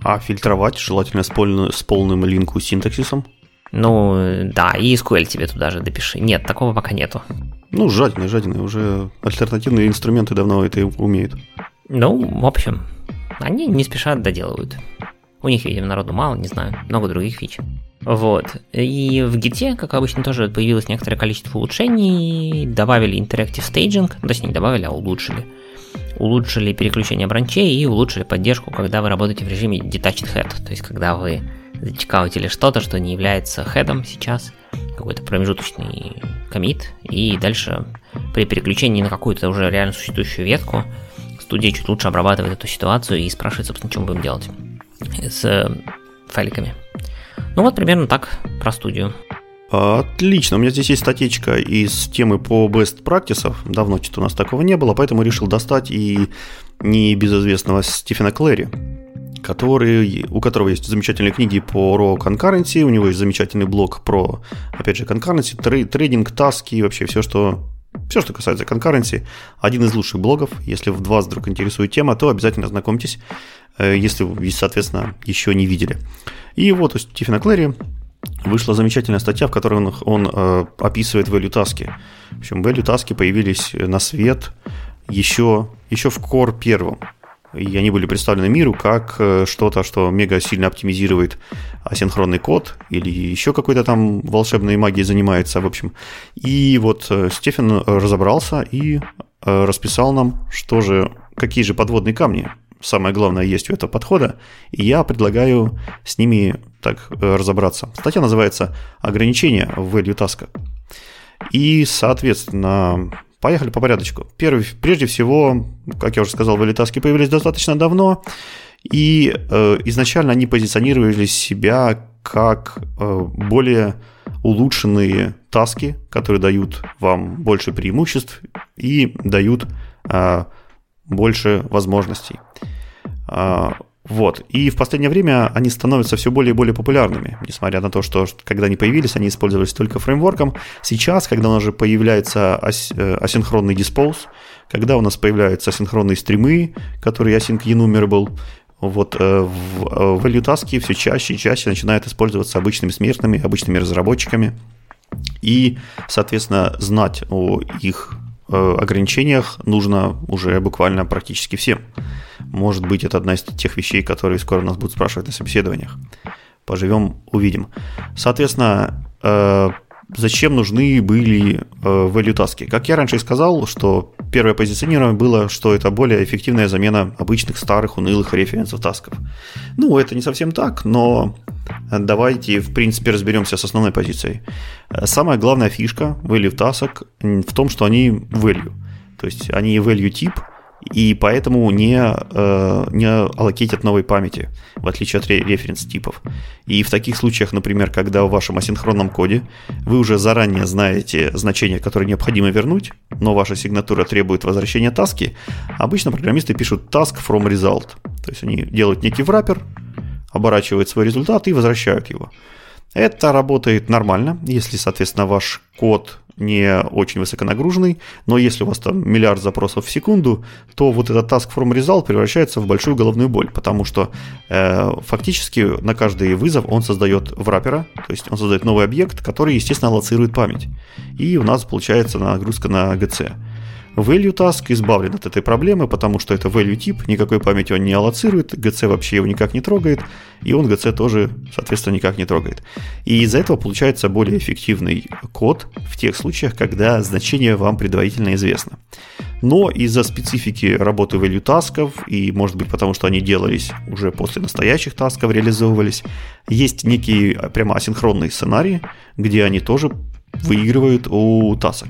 А фильтровать желательно с полным линку синтаксисом? Ну, да, и SQL тебе туда же допиши. Нет, такого пока нету. Ну, жадины. Уже альтернативные инструменты давно это умеют. Ну, в общем, они не спешат доделывают. У них, видимо, народу мало, не знаю, много других фич. Вот. И в Git, как обычно, тоже появилось некоторое количество улучшений. Добавили Interactive Staging, точнее, не добавили, а улучшили. Улучшили переключение бранчей и улучшили поддержку, когда вы работаете в режиме Detached Head. То есть, когда вы зачекаутили что-то, что не является хедом сейчас, какой-то промежуточный коммит, и дальше при переключении на какую-то уже реально существующую ветку студия чуть лучше обрабатывает эту ситуацию и спрашивает, собственно, что мы будем делать с файликами. Ну вот примерно так про студию. Отлично, у меня здесь есть статейка из темы по best practices. Давно что-то у нас такого не было, поэтому решил достать и небезызвестного Стивена Клэри, у которого есть замечательные книги по raw concurrency, у него есть замечательный блог про, опять же, concurrency, трейдинг, таски и вообще все, что касается concurrency. Один из лучших блогов. Если вас вдруг интересует тема, то обязательно ознакомьтесь, если вы, соответственно, еще не видели. И вот у Стивена Клэри вышла замечательная статья, в которой он описывает value таски. В общем, value таски появились на свет еще в Core 1. И они были представлены миру как что-то, что мега сильно оптимизирует асинхронный код или еще какой-то там волшебной магией занимается, в общем. И вот Стефан разобрался и расписал нам, какие же подводные камни, самое главное, есть у этого подхода, и я предлагаю с ними так разобраться. Статья называется «Ограничения в value task». И, соответственно, поехали по порядочку. Прежде всего, как я уже сказал, value task появились достаточно давно, и изначально они позиционировали себя как более улучшенные таски, которые дают вам больше преимуществ и дают больше возможностей. Вот. И в последнее время они становятся все более и более популярными, несмотря на то, что когда они появились, они использовались только фреймворком. Сейчас, когда у нас же появляется асинхронный dispose, когда у нас появляются асинхронные стримы, которые async enumerable, вот value таски все чаще и чаще начинают использоваться обычными смертными, обычными разработчиками. И, соответственно, знать о их ограничениях нужно уже буквально практически всем. Может быть, это одна из тех вещей, которые скоро нас будут спрашивать на собеседованиях. Поживем, увидим. Соответственно, зачем нужны были value таски? Как я раньше и сказал, что первое позиционирование было, что это более эффективная замена обычных старых унылых референсов тасков. Ну, это не совсем так, но давайте, в принципе, разберемся с основной позицией. Самая главная фишка value тасок в том, что они value. То есть они value тип, и поэтому не аллокейтят новой памяти, в отличие от референс-типов. И в таких случаях, например, когда в вашем асинхронном коде вы уже заранее знаете значение, которое необходимо вернуть, но ваша сигнатура требует возвращения таски, обычно программисты пишут task from result. То есть они делают некий wrapper, оборачивают свой результат и возвращают его. Это работает нормально, если, соответственно, ваш код не очень высоконагруженный, но если у вас там миллиард запросов в секунду, то вот этот task from result превращается в большую головную боль, потому что фактически на каждый вызов он создает wrapper, то есть он создает новый объект, который, естественно, аллоцирует память. И у нас получается нагрузка на GC. Value task избавлен от этой проблемы, потому что это value тип, никакой памяти он не аллоцирует, GC вообще его никак не трогает, и он GC тоже, соответственно, никак не трогает. И из-за этого получается более эффективный код в тех случаях, когда значение вам предварительно известно. Но из-за специфики работы value тасков, и, может быть, потому что они делались уже после настоящих тасков, реализовывались, есть некий прямо асинхронный сценарий, где они тоже выигрывают у тасок.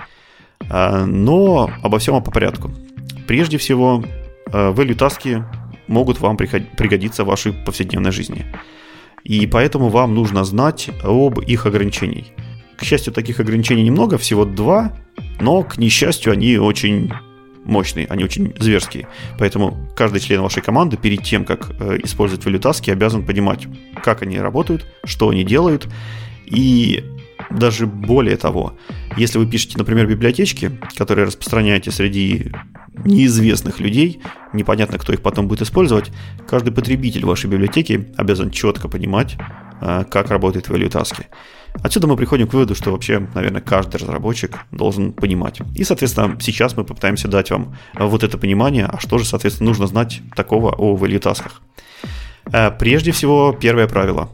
Но обо всем по порядку. Прежде всего, value таски могут вам пригодиться в вашей повседневной жизни. И поэтому вам нужно знать об их ограничениях. К счастью, таких ограничений немного, всего 2, но, к несчастью, они очень мощные, они очень зверские. Поэтому каждый член вашей команды перед тем, как использовать value таски, обязан понимать, как они работают, что они делают. И даже более того, если вы пишете, например, библиотечки, которые распространяете среди неизвестных людей, непонятно, кто их потом будет использовать, каждый потребитель вашей библиотеки обязан четко понимать, как работают value-таски. Отсюда мы приходим к выводу, что вообще, наверное, каждый разработчик должен понимать. И, соответственно, сейчас мы попытаемся дать вам вот это понимание, а что же, соответственно, нужно знать такого о value-тасках. Прежде всего, первое правило.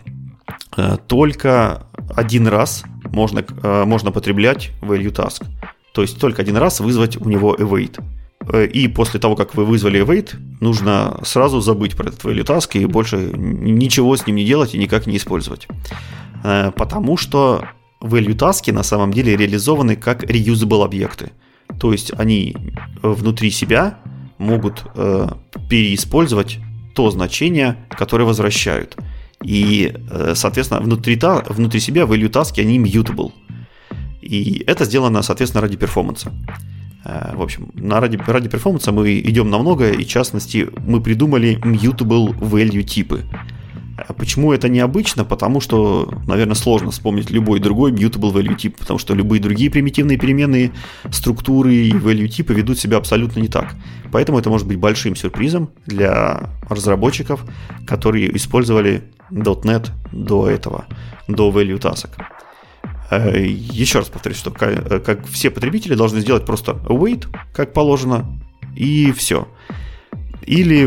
Только один раз можно потреблять value-task. То есть только один раз вызвать у него await. И после того, как вы вызвали await, нужно сразу забыть про этот value-task и больше ничего с ним не делать и никак не использовать. Потому что value-таски на самом деле реализованы как reusable объекты. То есть они внутри себя могут переиспользовать то значение, которое возвращают. И, соответственно, внутри себя value-таски, они mutable. И это сделано, соответственно, ради перформанса. В общем, ради перформанса мы идем на многое, и в частности мы придумали mutable value типы. Почему это необычно? Потому что, наверное, сложно вспомнить любой другой mutable value тип, потому что любые другие примитивные переменные, структуры и value типы ведут себя абсолютно не так. Поэтому это может быть большим сюрпризом для разработчиков, которые использовали .NET до этого, до value-тасок. Еще раз повторюсь, что как все потребители должны сделать просто await, как положено, и все. Или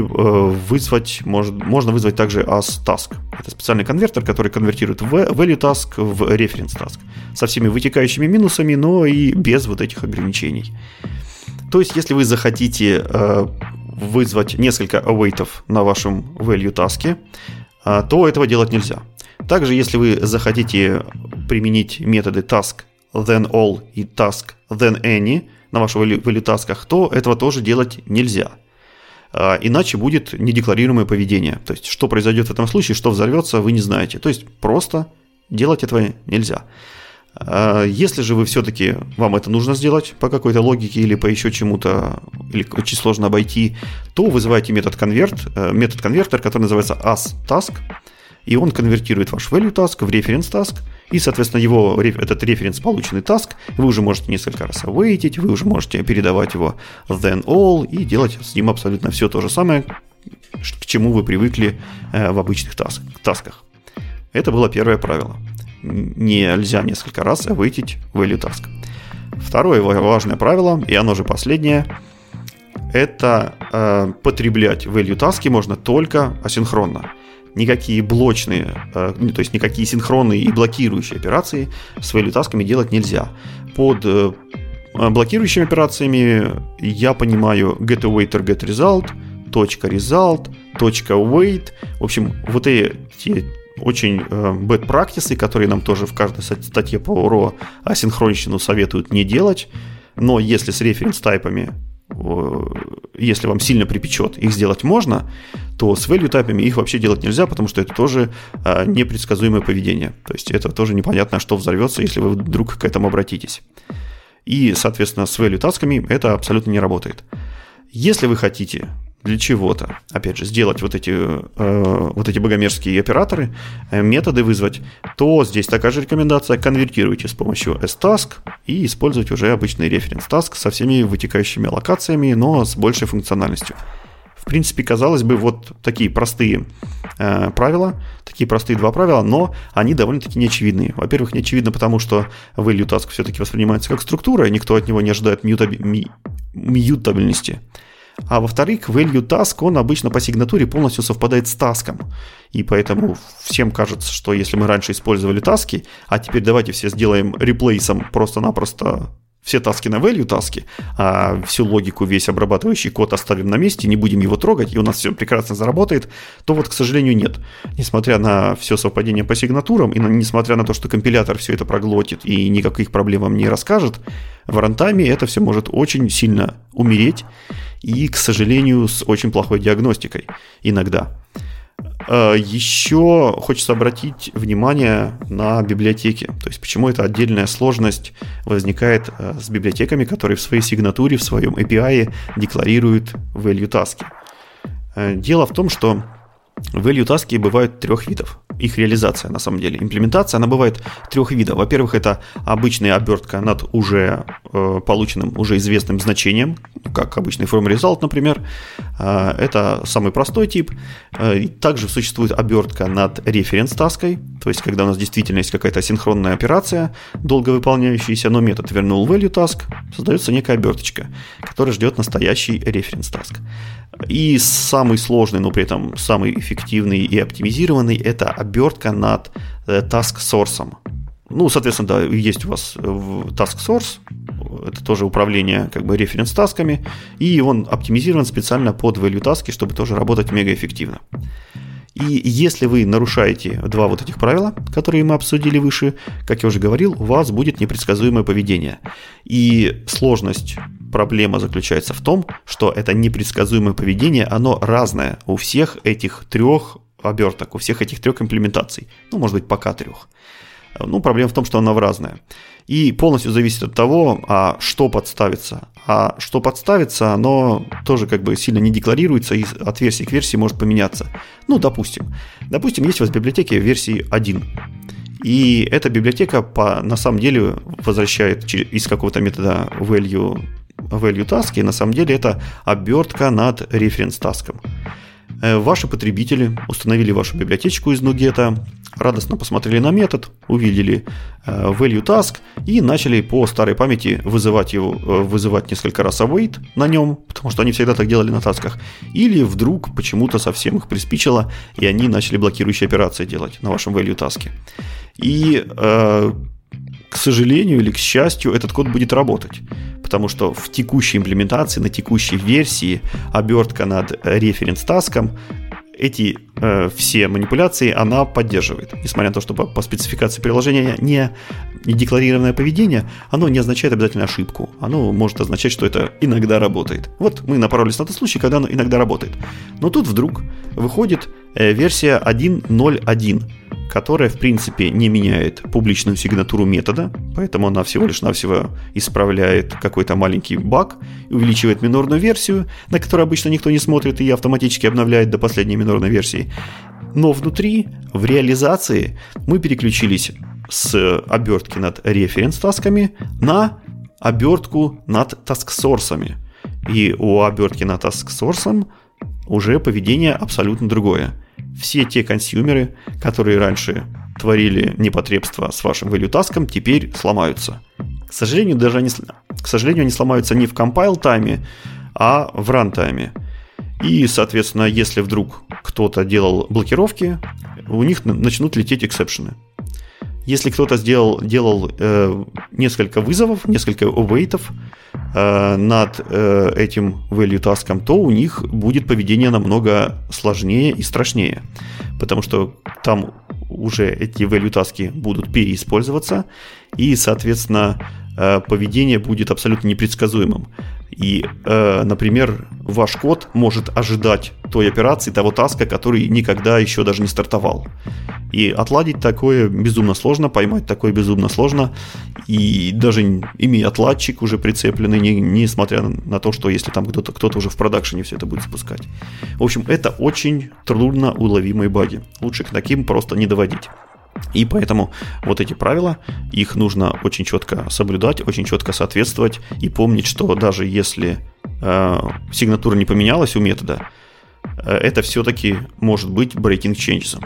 можно вызвать также as-task. Это специальный конвертер, который конвертирует value-task в reference-task. Со всеми вытекающими минусами, но и без вот этих ограничений. То есть, если вы захотите вызвать несколько await-ов на вашем value-таске, то этого делать нельзя. Также, если вы захотите применить методы task then all и task then any на ваших value-тасках, то этого тоже делать нельзя. Иначе будет недекларируемое поведение. То есть, что произойдет в этом случае, что взорвется, вы не знаете. То есть, просто делать этого нельзя. Если же вы все-таки, вам это нужно сделать по какой-то логике или по еще чему-то, или очень сложно обойти, то вызываете метод конвертер, который называется as-task, и он конвертирует ваш value-task в reference-task, и, соответственно, этот референс полученный task вы уже можете несколько раз await, вы уже можете передавать его then all и делать с ним абсолютно все то же самое, к чему вы привыкли в обычных тасках. Это было первое правило. Нельзя несколько раз await value-task. Второе важное правило, и оно же последнее, это потреблять value-таски можно только асинхронно. Никакие блочные, то есть никакие синхронные и блокирующие операции с value-тасками делать нельзя. Под блокирующими операциями я понимаю getAwaiter getResult, .result, .await. В общем, вот эти очень bad practices, которые нам тоже в каждой статье по ро асинхронщину советуют не делать. Но если с референс-тайпами, если вам сильно припечет, их сделать можно, то с value-тайпами их вообще делать нельзя, потому что это тоже непредсказуемое поведение. То есть это тоже непонятно, что взорвется, если вы вдруг к этому обратитесь. И, соответственно, с value-тасками это абсолютно не работает. Если вы хотите для чего-то, опять же, сделать вот эти богомерзкие операторы, методы вызвать, то здесь такая же рекомендация: конвертируйте с помощью stask и используйте уже обычный референс-task со всеми вытекающими аллокациями, но с большей функциональностью. В принципе, казалось бы, вот такие простые правила, такие простые два правила, но они довольно-таки неочевидные. Во-первых, неочевидно, потому что value-task все-таки воспринимается как структура, и никто от него не ожидает мьютабельности. А во-вторых, value-task, он обычно по сигнатуре полностью совпадает с таском. И поэтому всем кажется, что если мы раньше использовали таски, а теперь давайте все сделаем реплейсом просто-напросто все таски на value-таски, а всю логику, весь обрабатывающий код оставим на месте, не будем его трогать, и у нас все прекрасно заработает, то вот, к сожалению, нет. Несмотря на все совпадение по сигнатурам, и несмотря на то, что компилятор все это проглотит и никаких проблем вам не расскажет, в рантайме это все может очень сильно умереть, и, к сожалению, с очень плохой диагностикой иногда. Еще хочется обратить внимание на библиотеки. То есть, почему эта отдельная сложность возникает с библиотеками, которые в своей сигнатуре, в своем API декларируют value-таски. Дело в том, что value-таски бывают трех видов. Их реализация, на самом деле. Имплементация, она бывает трех видов. Во-первых, это обычная обертка над уже полученным, уже известным значением, как обычный from result, например. Это самый простой тип. Также существует обертка над референс-таской, то есть когда у нас действительно есть какая-то асинхронная операция, долго выполняющаяся, но метод вернул value task, создается некая оберточка, которая ждет настоящий референс-таск. И самый сложный, но при этом самый эффективный и оптимизированный – это обертка над task source. Ну, соответственно, да, есть у вас task source, это тоже управление как бы референс-тасками, и он оптимизирован специально под value-таски, чтобы тоже работать мегаэффективно. И если вы нарушаете два вот этих правила, которые мы обсудили выше, как я уже говорил, у вас будет непредсказуемое поведение. И сложность проблема заключается в том, что это непредсказуемое поведение, оно разное у всех этих трех оберток, у всех этих трех имплементаций. Ну, может быть, пока трех. Ну, проблема в том, что она разная. И полностью зависит от того, что подставится. А что подставится, оно тоже как бы сильно не декларируется, и от версии к версии может поменяться. Ну, допустим, есть у вас библиотека версии 1. И эта библиотека на самом деле возвращает из какого-то метода value task, и на самом деле это обертка над референс-таском. Ваши потребители установили вашу библиотечку из NuGet, радостно посмотрели на метод, увидели value task и начали по старой памяти вызывать несколько раз await на нем, потому что они всегда так делали на тасках, или вдруг почему-то совсем их приспичило, и они начали блокирующие операции делать на вашем value task. И, к сожалению или к счастью, этот код будет работать. Потому что в текущей имплементации, на текущей версии обертка над референс-таском эти все манипуляции она поддерживает. Несмотря на то, что по спецификации приложения не декларированное поведение, оно не означает обязательно ошибку. Оно может означать, что это иногда работает. Вот мы направились на тот случай, когда оно иногда работает. Но тут вдруг выходит версия 1.0.1, которая, в принципе, не меняет публичную сигнатуру метода, поэтому она всего лишь навсего исправляет какой-то маленький баг, увеличивает минорную версию, на которую обычно никто не смотрит и автоматически обновляет до последней минорной версии. Но внутри, в реализации, мы переключились с обертки над референс-тасками на обертку над task-source'ами. И у обертки над task-source'ом уже поведение абсолютно другое. Все те консюмеры, которые раньше творили непотребство с вашим value-таском, теперь сломаются. К сожалению, они сломаются не в compile-тайме, а в рантайме. И, соответственно, если вдруг кто-то делал блокировки, у них начнут лететь эксепшены. Если кто-то делал несколько вызовов, несколько await над этим value-таском, то у них будет поведение намного сложнее и страшнее. Потому что там уже эти value-таски будут переиспользоваться, и, соответственно, поведение будет абсолютно непредсказуемым. И, например, ваш код может ожидать той операции, того таска, который никогда еще даже не стартовал. И отладить такое безумно сложно, поймать такое безумно сложно. И даже имея отладчик уже прицепленный, несмотря на то, что если там кто-то уже в продакшене все это будет запускать. В общем, это очень трудно уловимые баги. Лучше к таким просто не доводить. И поэтому вот эти правила, их нужно очень четко соблюдать, очень четко соответствовать и помнить, что даже если сигнатура не поменялась у метода, это все-таки может быть breaking changes.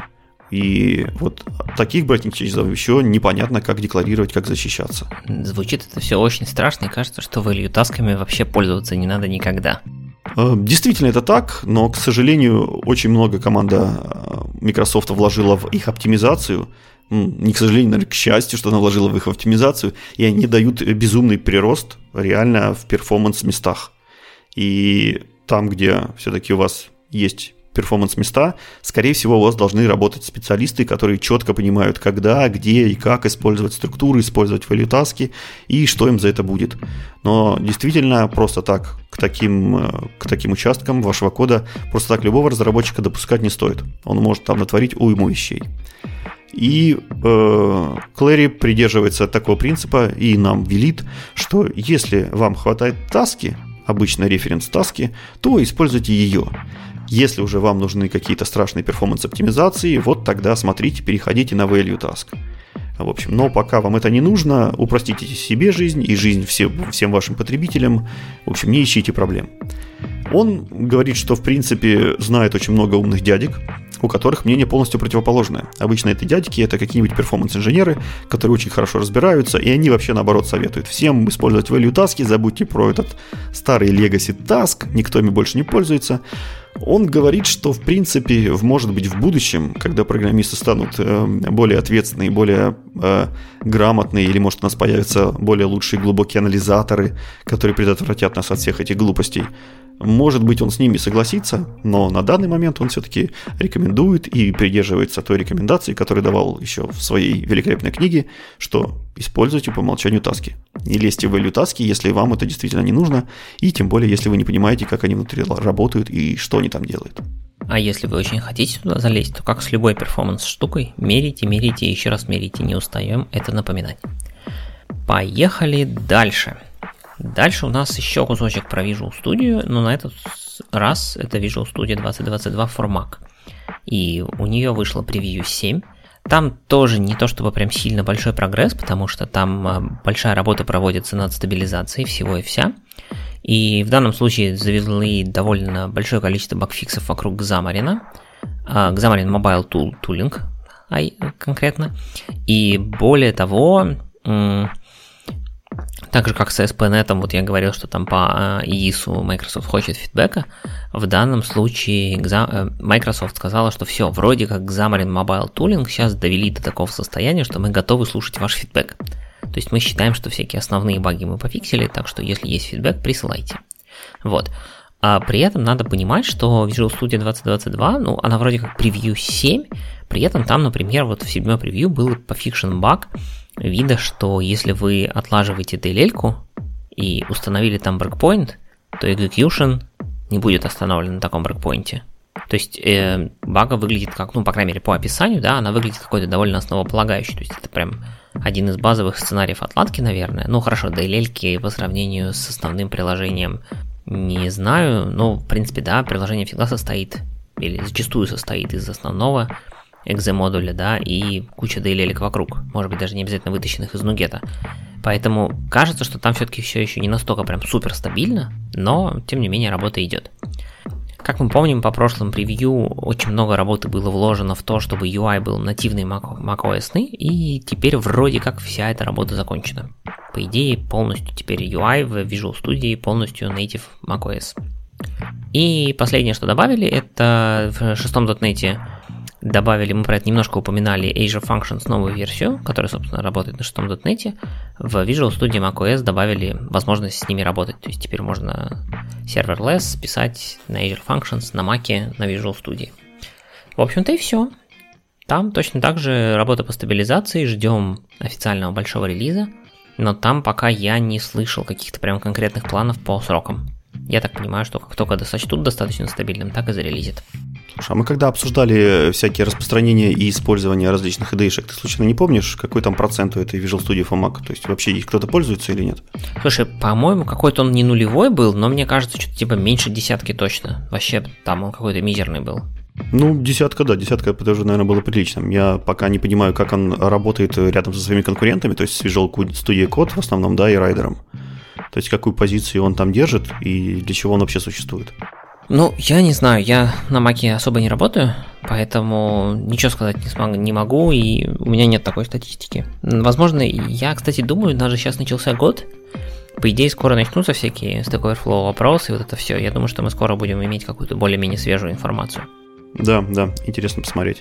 И вот таких breaking changes еще непонятно, как декларировать, как защищаться. Звучит это все очень страшно, и кажется, что value-тасками вообще пользоваться не надо никогда. Действительно это так, но, к сожалению, очень много команда Microsoft вложила в их оптимизацию. Не к сожалению, наверное, к счастью, что она вложила в их оптимизацию, и они дают безумный прирост реально в перформанс-местах. И там, где все-таки у вас есть перформанс-места, скорее всего, у вас должны работать специалисты, которые четко понимают, когда, где и как использовать структуры, использовать value-таски и что им за это будет. Но действительно, просто так к таким участкам вашего кода просто так любого разработчика допускать не стоит. Он может там натворить уйму вещей. И Clary придерживается такого принципа и нам велит, что если вам хватает таски, обычно референс-таски, то используйте ее. Если уже вам нужны какие-то страшные перформанс-оптимизации, вот тогда смотрите, переходите на value task. В общем, но пока вам это не нужно, упростите себе жизнь и жизнь всем вашим потребителям. В общем, не ищите проблем. Он говорит, что в принципе знает очень много умных дядек, у которых мнение полностью противоположное. Обычно эти дядьки — это какие-нибудь перформанс-инженеры, которые очень хорошо разбираются, и они вообще наоборот советуют всем использовать value таски, забудьте про этот старый legacy task, никто ими больше не пользуется. Он говорит, что в принципе, может быть, в будущем, когда программисты станут более ответственные, более грамотные, или может у нас появятся более лучшие глубокие анализаторы, которые предотвратят нас от всех этих глупостей, может быть, он с ними согласится, но на данный момент он все-таки рекомендует и придерживается той рекомендации, которую давал еще в своей великолепной книге, что используйте по умолчанию таски. Не лезьте в value таски, если вам это действительно не нужно, и тем более, если вы не понимаете, как они внутри работают и что они там делают. А если вы очень хотите туда залезть, то как с любой перформанс-штукой, мерите и еще раз мерите, не устаем это напоминать. Поехали дальше. Дальше у нас еще кусочек про Visual Studio, но на этот раз это Visual Studio 2022 for Mac. И у нее вышло превью 7. Там тоже не то чтобы прям сильно большой прогресс, потому что там большая работа проводится над стабилизацией всего и вся. И в данном случае завезли довольно большое количество багфиксов вокруг Xamarin, Xamarin Mobile Tooling конкретно. И более того, так же, как с ASP.NET, вот я говорил, что там по EIS Microsoft хочет фидбэка, в данном случае Microsoft сказала, что все, вроде как Xamarin Mobile Tooling сейчас довели до такого состояния, что мы готовы слушать ваш фидбэк. То есть мы считаем, что всякие основные баги мы пофиксили, так что если есть фидбэк, присылайте. Вот. А при этом надо понимать, что Visual Studio 2022, она вроде как превью 7, при этом там, например, вот в 7 превью был пофикшен баг, видно, что если вы отлаживаете DLL-ку и установили там breakpoint, то execution не будет остановлен на таком breakpoint. То есть бага выглядит как, по крайней мере, по описанию, да, она выглядит какой-то довольно основополагающей. То есть это прям один из базовых сценариев отладки, наверное. Хорошо, DLL-ки по сравнению с основным приложением не знаю, но, в принципе, да, приложение всегда состоит, или зачастую состоит из основного exe-модуля, да, и куча DLL-ек вокруг, может быть, даже не обязательно вытащенных из нугета. Поэтому кажется, что там все-таки все еще не настолько прям супер стабильно, но, тем не менее, работа идет. Как мы помним, по прошлым превью очень много работы было вложено в то, чтобы UI был нативный macOS, и теперь вроде как вся эта работа закончена. По идее, полностью теперь UI в Visual Studio полностью native macOS. И последнее, что добавили, это в шестом .NET добавили, мы про это немножко упоминали, Azure Functions, новую версию, которая, собственно, работает на шестом .NET. В Visual Studio macOS добавили возможность с ними работать. То есть теперь можно serverless писать на Azure Functions, на Mac, на Visual Studio. В общем-то и все. Там точно так же работа по стабилизации, ждем официального большого релиза, но там пока я не слышал каких-то прям конкретных планов по срокам. Я так понимаю, что как только сочтут достаточно стабильным, так и зарелизят. Слушай, а мы когда обсуждали всякие распространения и использование различных IDE-шек, ты случайно не помнишь, какой там процент у этой Visual Studio for Mac? То есть вообще их кто-то пользуется или нет? Слушай, по-моему, какой-то он не нулевой был, но мне кажется, что-то типа меньше десятки точно. Вообще там он какой-то мизерный был. Десятка, да, десятка это уже, наверное, было приличным. Я пока не понимаю, как он работает рядом со своими конкурентами, то есть с Visual Studio Code в основном, да, и Rider. То есть какую позицию он там держит и для чего он вообще существует. Я не знаю, я на Маке особо не работаю, поэтому ничего сказать не могу, и у меня нет такой статистики. Возможно, я, кстати, думаю, даже сейчас начался год, по идее, скоро начнутся всякие Stack Overflow вопросы, и вот это все. Я думаю, что мы скоро будем иметь какую-то более-менее свежую информацию. Да, интересно посмотреть.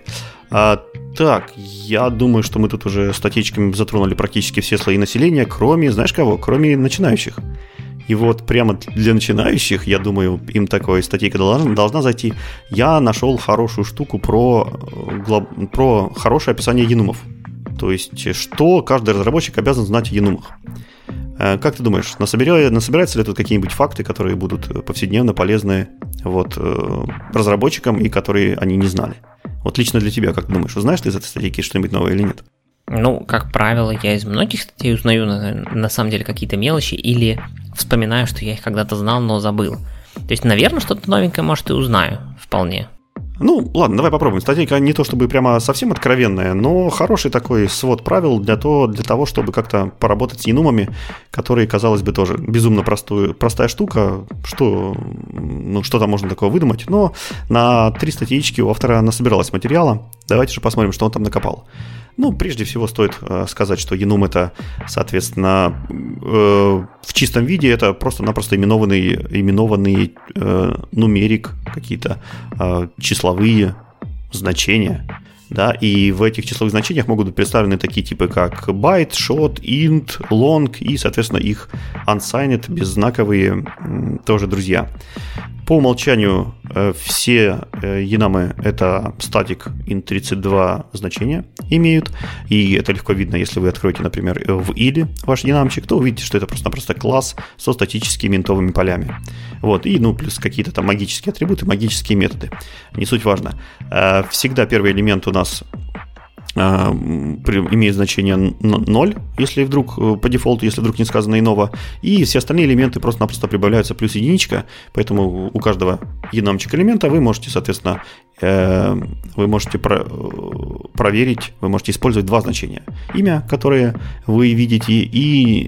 Так, я думаю, что мы тут уже статейками затронули практически все слои населения, кроме, знаешь кого? Кроме начинающих. И вот прямо для начинающих, я думаю, им такая статейка должна зайти. Я нашел хорошую штуку про хорошее описание енумов. То есть, что каждый разработчик обязан знать о енумах. Как ты думаешь, насобираются ли тут какие-нибудь факты, которые будут повседневно полезны разработчикам и которые они не знали? Вот лично для тебя, как ты думаешь, узнаешь ты из этой статейки что-нибудь новое или нет? Как правило, я из многих статей узнаю на самом деле какие-то мелочи или вспоминаю, что я их когда-то знал, но забыл. То есть, наверное, что-то новенькое, может, и узнаю вполне. Ну, ладно, давай попробуем. Статейка не то чтобы прямо совсем откровенная, но хороший такой свод правил для того, чтобы как-то поработать с енумами, которые, казалось бы, тоже безумно простая штука, что там можно такого выдумать, но на 3 статейки у автора насобиралось материала. Давайте же посмотрим, что он там накопал. Ну, прежде всего стоит сказать, что enum — это, соответственно, в чистом виде это просто-напросто именованный нумерик, какие-то числовые значения. Да, и в этих числовых значениях могут быть представлены такие типы, как byte, short, int, long и, соответственно, их unsigned, беззнаковые тоже друзья. По умолчанию все enum это static int32 значения имеют, и это легко видно, если вы откроете, например, в или ваш enumчик, то увидите, что это просто-напросто класс со статическими интовыми полями. Вот, и плюс какие-то там магические атрибуты, магические методы. Не суть важно. Всегда первый элемент у нас имеет значение 0, если вдруг по дефолту, если вдруг не сказано иного, и все остальные элементы просто-напросто прибавляются плюс единичка, поэтому у каждого enumчика элемента вы можете, соответственно, проверить, вы можете использовать 2 значения. Имя, которое вы видите, и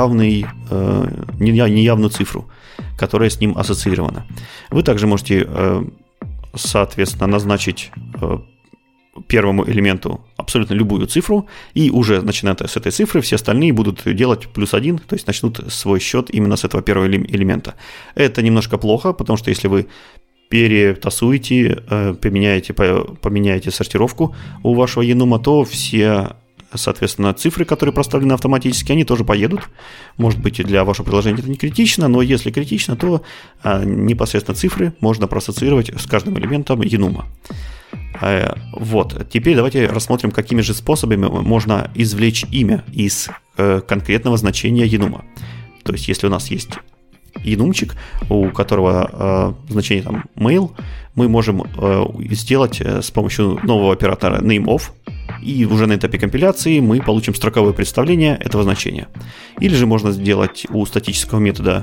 неявную цифру, которая с ним ассоциирована. Вы также можете, соответственно, назначить первому элементу абсолютно любую цифру, и уже начиная с этой цифры все остальные будут делать +1, то есть начнут свой счет именно с этого первого элемента. Это немножко плохо, потому что если вы перетасуете, поменяете сортировку у вашего enum, то все, соответственно, цифры, которые проставлены автоматически, они тоже поедут. Может быть, и для вашего приложения это не критично, но если критично, то непосредственно цифры можно проассоциировать с каждым элементом enum. Вот, теперь давайте рассмотрим, какими же способами можно извлечь имя из конкретного значения enum. То есть, если у нас есть enumчик, у которого значение там mail, мы можем сделать с помощью нового оператора nameOf, и уже на этапе компиляции мы получим строковое представление этого значения. Или же можно сделать у статического метода,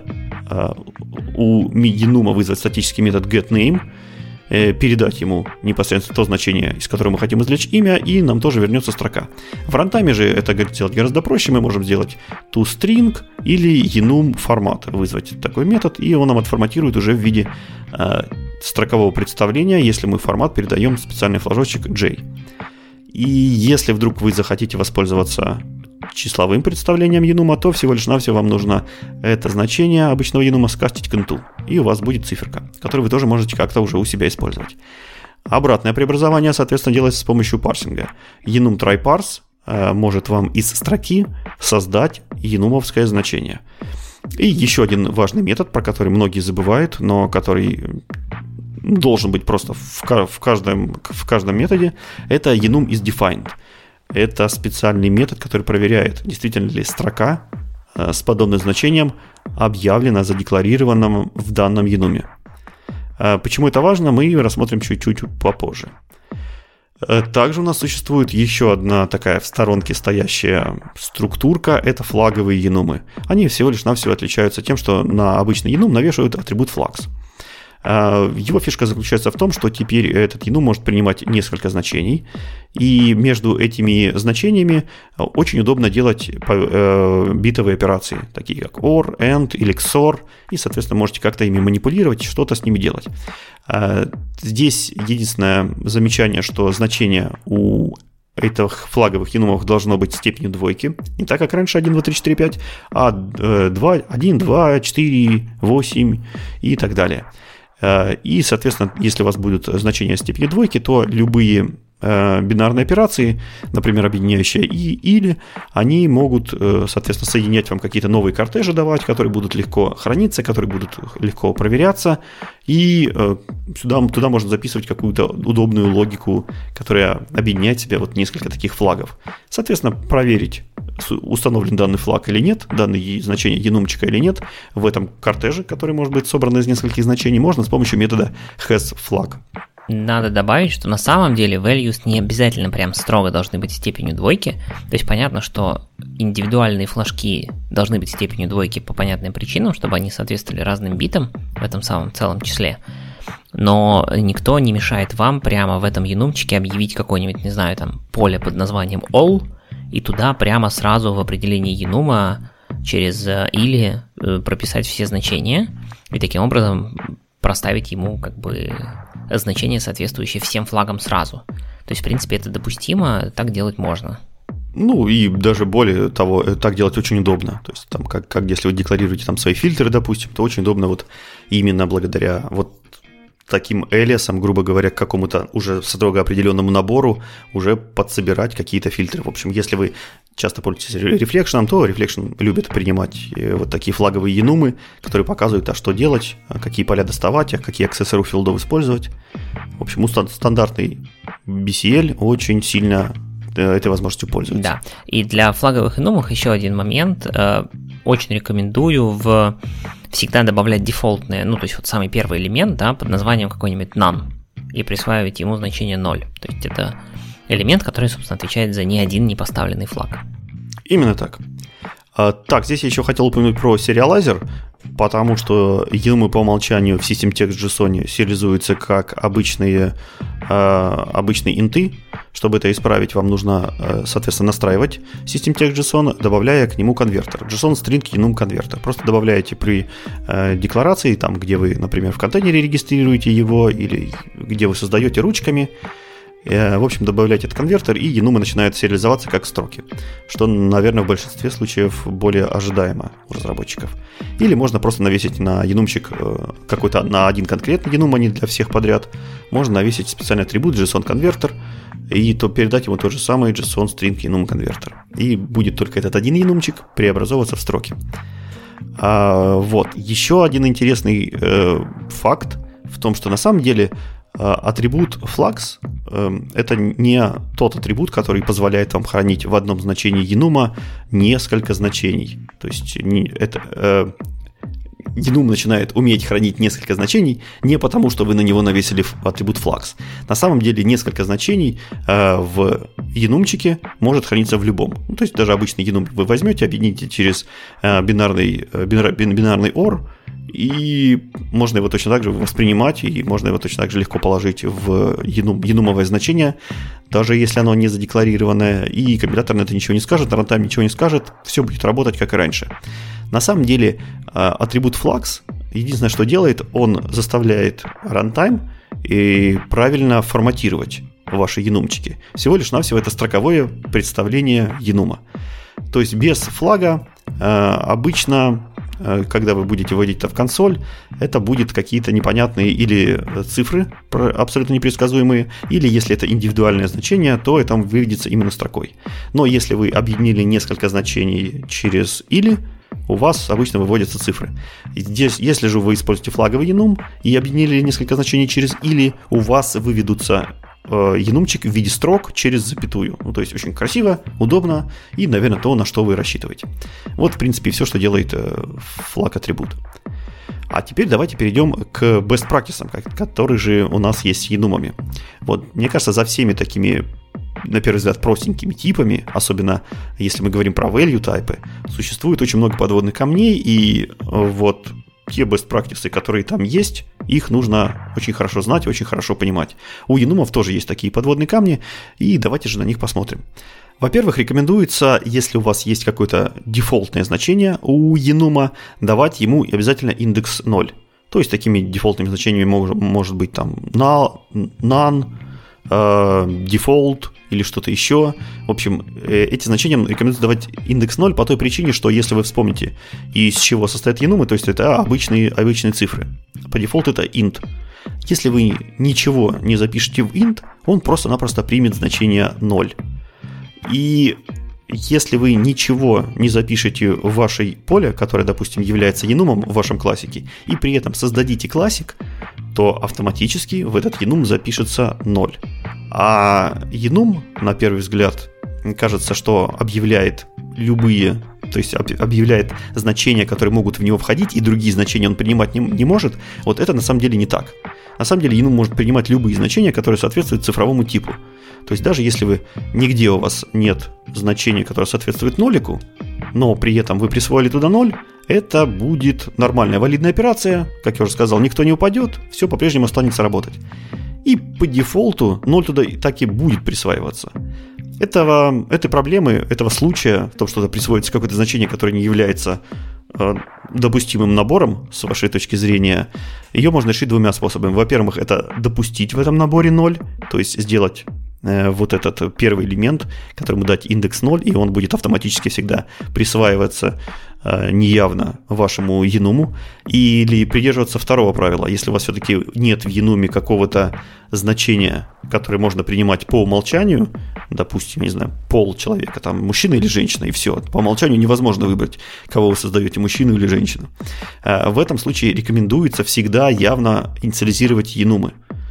у enum вызвать статический метод getName, передать ему непосредственно то значение, из которого мы хотим извлечь имя, и нам тоже вернется строка. В рантайме же это делать гораздо проще. Мы можем сделать toString или enum формат, вызвать такой метод, и он нам отформатирует уже в виде строкового представления, если мы формат передаем специальный флажочек J. И если вдруг вы захотите воспользоваться числовым представлением enum, то всего лишь навсего вам нужно это значение обычного enum скастить к инту, и у вас будет циферка, которую вы тоже можете как-то уже у себя использовать. Обратное преобразование, соответственно, делается с помощью парсинга. Enum try-parse может вам из строки создать enumовское значение. И еще один важный метод, про который многие забывают, но который должен быть просто в каждом методе, это enum is defined. Это специальный метод, который проверяет, действительно ли строка с подобным значением объявлена, задекларирована в данном enum. Почему это важно, мы рассмотрим чуть-чуть попозже. Также у нас существует еще одна такая в сторонке стоящая структурка, это флаговые enum. Они всего лишь навсего отличаются тем, что на обычный enum навешивают атрибут flags. Его фишка заключается в том, что теперь этот enum может принимать несколько значений, и между этими значениями очень удобно делать битовые операции, такие как OR, AND или XOR, и, соответственно, можете как-то ими манипулировать, что-то с ними делать. Здесь единственное замечание, что значение у этих флаговых enumов должно быть степенью двойки, не так, как раньше 1, 2, 3, 4, 5, а 1, 2, 4, 8 и так далее. И, соответственно, если у вас будут значения степени двойки, то любые бинарные операции, например, объединяющие и или, они могут, соответственно, соединять вам какие-то новые кортежи давать, которые будут легко храниться, которые будут легко проверяться, и туда можно записывать какую-то удобную логику, которая объединяет в себя вот несколько таких флагов. Соответственно, проверить, установлен данный флаг или нет, данное значение enumчика или нет, в этом кортеже, который может быть собран из нескольких значений, можно с помощью метода hasFlag. Надо добавить, что на самом деле values не обязательно прям строго должны быть степенью двойки. То есть понятно, что индивидуальные флажки должны быть степенью двойки по понятным причинам, чтобы они соответствовали разным битам в этом самом целом числе. но никто не мешает вам прямо в этом enumчике объявить какое-нибудь, не знаю, там, поле под названием all, и туда прямо сразу в определении enum через или прописать все значения, и таким образом проставить ему как бы значение, соответствующее всем флагам сразу. То есть, в принципе, это допустимо, так делать можно. Ну, и даже более того, так делать очень удобно. То есть, там, как если вы декларируете там свои фильтры, допустим, то очень удобно вот именно благодаря вот таким элиасам, грубо говоря, к какому-то уже строго определенному набору уже подсобирать какие-то фильтры. В общем, если вы часто пользуетесь Reflection, то Reflection любит принимать вот такие флаговые enum, которые показывают, а что делать, какие поля доставать, а какие аксессоры филдов использовать. В общем, стандартный BCL очень сильно этой возможностью пользуется. Да, и для флаговых enum еще один момент. Очень рекомендую всегда добавлять дефолтные, ну, то есть вот самый первый элемент, да, под названием какой-нибудь none, и присваивать ему значение 0. То есть это элемент, который, собственно, отвечает за ни один не поставленный флаг. Именно так. Так, здесь я еще хотел упомянуть про сериалайзер, потому что enum по умолчанию в SystemText.json сериализуются как обычные инты. Чтобы это исправить, вам нужно, соответственно, настраивать SystemText.json, добавляя к нему конвертер. JSON string enum конвертер. Просто добавляете при декларации, там, где вы, например, в контейнере регистрируете его, или где вы создаете ручками. В общем, добавляете этот конвертер, и enum начинает сериализоваться как строки, что, наверное, в большинстве случаев более ожидаемо у разработчиков. Или можно просто навесить на enumчик какой-то, на один конкретный enum, а не для всех подряд. Можно навесить специальный атрибут JSON-конвертер, и то передать ему тот же самый JSON string enum конвертер. И будет только этот один enumчик преобразовываться в строки. Вот. Еще один интересный факт в том, что на самом деле атрибут flags это не тот атрибут, который позволяет вам хранить в одном значении enum несколько значений. То есть enum начинает уметь хранить несколько значений не потому, что вы на него навесили атрибут flags. На самом деле несколько значений в enumчике может храниться в любом. Ну, то есть даже обычный enum вы возьмете, объедините через бинарный OR, и можно его точно так же воспринимать, и можно его точно так же легко положить в enumовое значение, даже если оно не задекларированное, и компилятор на это ничего не скажет, на рантайм ничего не скажет, все будет работать как и раньше. На самом деле атрибут flags единственное, что делает, он заставляет рантайм и правильно форматировать ваши enumчики. Всего лишь навсего это строковое представление enum. То есть без флага обычно, когда вы будете вводить это в консоль, это будет какие-то непонятные или цифры абсолютно непредсказуемые, или если это индивидуальное значение, то это выведется именно строкой. Но если вы объединили несколько значений через или, у вас обычно выводятся цифры. Здесь, если же вы используете флаговый enum и объединили несколько значений через или, у вас выведутся enumчик в виде строк через запятую. Ну, то есть очень красиво, удобно и, наверное, то, на что вы рассчитываете. Вот, в принципе, все, что делает флаг-атрибут. А теперь давайте перейдем к best practices, которые же у нас есть с enum'ами. Вот, мне кажется, за всеми такими, на первый взгляд, простенькими типами, особенно если мы говорим про value type, существует очень много подводных камней, и вот те best practices, которые там есть, их нужно очень хорошо знать, очень хорошо понимать. У enum'ов тоже есть такие подводные камни, и давайте же на них посмотрим. Во-первых, рекомендуется, если у вас есть какое-то дефолтное значение у enum, давать ему обязательно индекс 0. То есть такими дефолтными значениями может быть там none, default или что-то еще. В общем, эти значения рекомендуется давать индекс 0 по той причине, что если вы вспомните, из чего состоят enum, то есть это обычные цифры. По дефолту это int. Если вы ничего не запишете в int, он просто-напросто примет значение 0. И если вы ничего не запишете в ваше поле, которое, допустим, является enum в вашем классике, и при этом создадите классик, то автоматически в этот enum запишется 0. А enum, на первый взгляд, кажется, что объявляет любые, то есть объявляет значения, которые могут в него входить, и другие значения он принимать не может. Вот это на самом деле не так. На самом деле enum может принимать любые значения, которые соответствуют цифровому типу. То есть даже если нигде у вас нет значения, которое соответствует нолику, но при этом вы присвоили туда 0, это будет нормальная валидная операция. Как я уже сказал, никто не упадет, все по-прежнему останется работать. И по дефолту 0 туда так и будет присваиваться. Этой проблемы, этого случая, в том, что туда присвоится какое-то значение, которое не является допустимым набором, с вашей точки зрения, ее можно решить двумя способами. Во-первых, это допустить в этом наборе 0, то есть сделать вот этот первый элемент, которому дать индекс 0, и он будет автоматически всегда присваиваться неявно вашему enum, или придерживаться второго правила. Если у вас все-таки нет в enum какого-то значения, которое можно принимать по умолчанию, допустим, не знаю, пол человека, там мужчина или женщина, и все. По умолчанию невозможно выбрать, кого вы создаете, мужчину или женщину. В этом случае рекомендуется всегда явно инициализировать enum.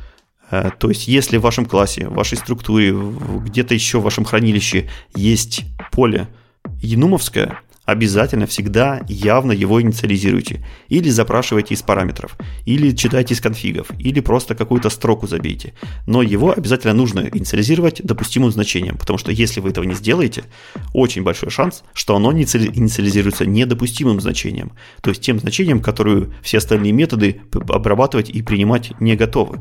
То есть, если в вашем классе, в вашей структуре, где-то еще в вашем хранилище есть поле enumовское, обязательно всегда явно его инициализируйте. Или запрашивайте из параметров, или читайте из конфигов, или просто какую-то строку забейте. Но его обязательно нужно инициализировать допустимым значением, потому что если вы этого не сделаете, очень большой шанс, что оно инициализируется недопустимым значением, то есть тем значением, которое все остальные методы обрабатывать и принимать не готовы.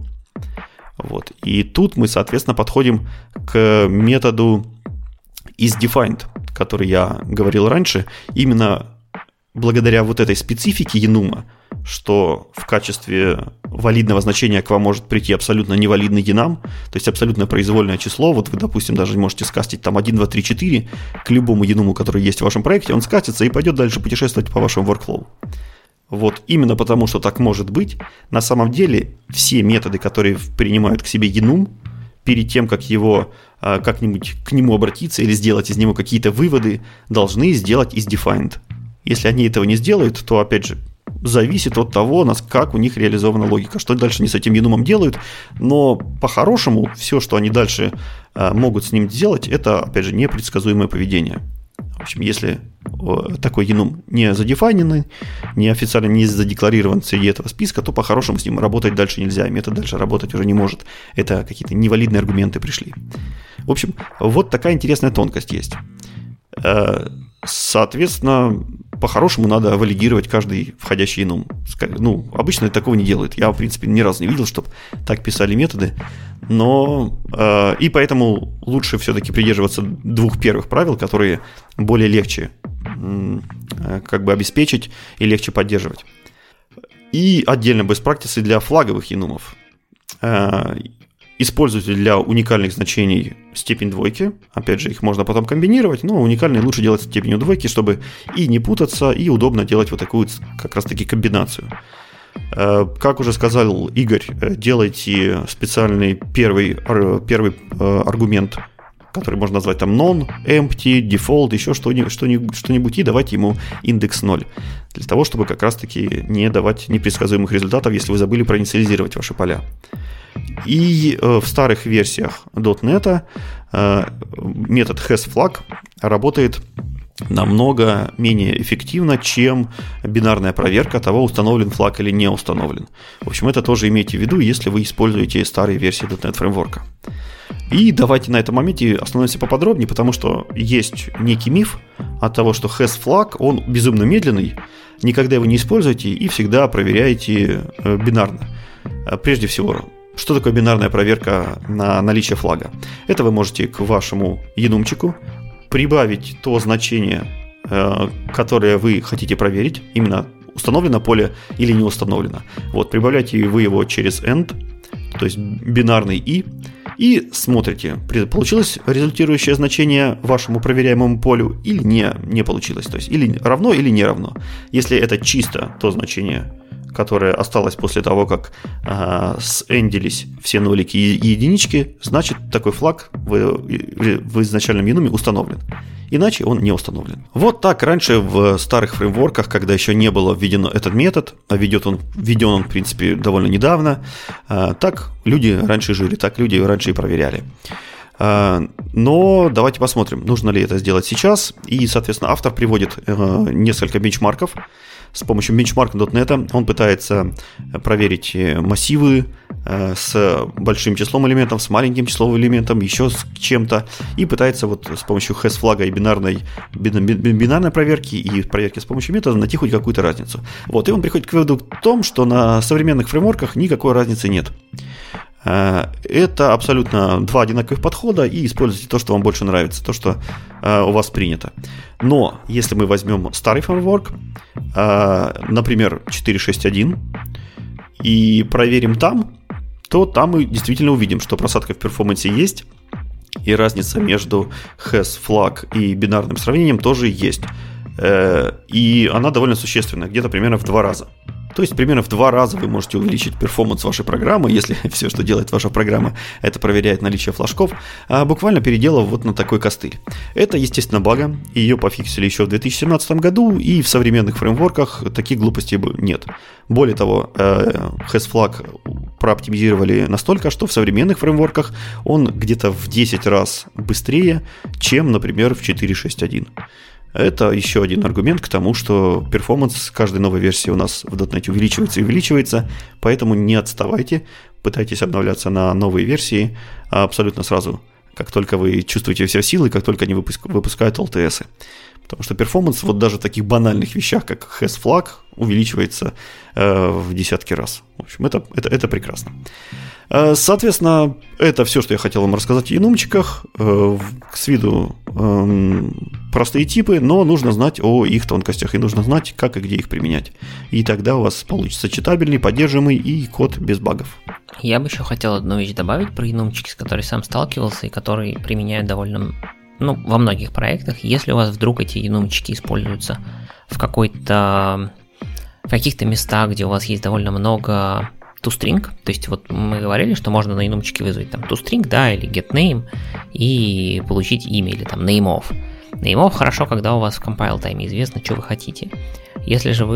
Вот. И тут мы, соответственно, подходим к методу isDefined, который я говорил раньше, именно благодаря вот этой специфике enum, что в качестве валидного значения к вам может прийти абсолютно невалидный enum, то есть абсолютно произвольное число. Вот вы, допустим, даже можете скастить там 1, 2, 3, 4 к любому enum, который есть в вашем проекте, он скастится и пойдет дальше путешествовать по вашему workflow. Вот именно потому, что так может быть, на самом деле все методы, которые принимают к себе enum, перед тем, как его как-нибудь к нему обратиться или сделать из него какие-то выводы, должны сделать isDefined. Если они этого не сделают, то, опять же, зависит от того, как у них реализована логика, что дальше они с этим enum делают, но по-хорошему все, что они дальше могут с ним сделать, это, опять же, непредсказуемое поведение. В общем, если такой enum не задефайненный, не официально не задекларирован среди этого списка, то по-хорошему с ним работать дальше нельзя, и метод дальше работать уже не может. Это какие-то невалидные аргументы пришли. В общем, вот такая интересная тонкость есть. Соответственно, по-хорошему надо валидировать каждый входящий enum. Ну, обычно такого не делают. Я, в принципе, ни разу не видел, чтобы так писали методы. Но и поэтому лучше все-таки придерживаться двух первых правил, которые более легче как бы обеспечить и легче поддерживать. И отдельно best practices для флаговых enum'ов. Используйте для уникальных значений степень двойки. Опять же, их можно потом комбинировать, но уникальные лучше делать степенью двойки, чтобы и не путаться, и удобно делать вот такую как раз-таки комбинацию. Как уже сказал Игорь, делайте специальный первый аргумент, который можно назвать там non, empty, default, еще что-нибудь, и давайте ему индекс 0, для того, чтобы как раз-таки не давать непредсказуемых результатов, если вы забыли проинициализировать ваши поля. И в старых версиях .NET метод hasFlag работает намного менее эффективно, чем бинарная проверка того, установлен флаг или не установлен. В общем, это тоже имейте в виду, если вы используете старые версии .NET фреймворка. И давайте на этом моменте остановимся поподробнее, потому что есть некий миф от того, что hasFlag, он безумно медленный, никогда его не используйте и всегда проверяйте бинарно. Прежде всего, что такое бинарная проверка на наличие флага? Это вы можете к вашему enumчику прибавить то значение, которое вы хотите проверить, именно установлено поле или не установлено. Вот, прибавляете вы его через end, то есть бинарный и смотрите, получилось результирующее значение вашему проверяемому полю или не получилось, то есть или равно, или не равно. Если это чисто то значение, которое осталось после того, как сэндились все нолики и единички, значит, такой флаг в изначальном enum установлен. Иначе он не установлен. Вот так раньше в старых фреймворках, когда еще не было введен этот метод, а введен он, в принципе, довольно недавно, так люди раньше жили, так люди раньше и проверяли. Но давайте посмотрим, нужно ли это сделать сейчас. И, соответственно, автор приводит несколько бенчмарков, с помощью бенчмарка.net он пытается проверить массивы с большим числом элементов, с маленьким числом элементов, еще с чем-то, и пытается вот с помощью хэш-флага и бинарной проверки и проверки с помощью метода найти хоть какую-то разницу. Вот, и он приходит к выводу в том, что на современных фреймворках никакой разницы нет. Это абсолютно два одинаковых подхода, и используйте то, что вам больше нравится, то, что у вас принято. Но если мы возьмем старый фреймворк, например, 4.6.1, и проверим там, то там мы действительно увидим, что просадка в перформансе есть, и разница между hash-флаг и бинарным сравнением тоже есть. И она довольно существенная, где-то примерно в 2 раза. То есть примерно в 2 раза вы можете увеличить перформанс вашей программы, если все, что делает ваша программа, это проверяет наличие флажков, буквально переделав вот на такой костыль. Это, естественно, бага, ее пофиксили еще в 2017 году, и в современных фреймворках таких глупостей нет. Более того, hash-флаг прооптимизировали настолько, что в современных фреймворках он где-то в 10 раз быстрее, чем, например, в 4.6.1. Это еще один аргумент к тому, что перформанс каждой новой версии у нас в .NET увеличивается и увеличивается, поэтому не отставайте, пытайтесь обновляться на новые версии абсолютно сразу, как только вы чувствуете все силы, как только они выпускают LTS. Потому что перформанс вот даже в таких банальных вещах, как hash-флаг, увеличивается в десятки раз. В общем, это прекрасно. Соответственно, это все, что я хотел вам рассказать о янумчиках. С виду простые типы, но нужно знать о их тонкостях и нужно знать, как и где их применять. И тогда у вас получится читабельный, поддерживаемый и код без багов. Я бы еще хотел одну вещь добавить про янумчики, с которой сам сталкивался и которые применяют довольно, во многих проектах. Если у вас вдруг эти янумчики используются в каких-то местах, где у вас есть довольно много toString, то есть вот мы говорили, что можно на янумчике вызвать там toString, да, или getName и получить имя, или там nameof. Nameof хорошо, когда у вас в compile time известно, что вы хотите. Если же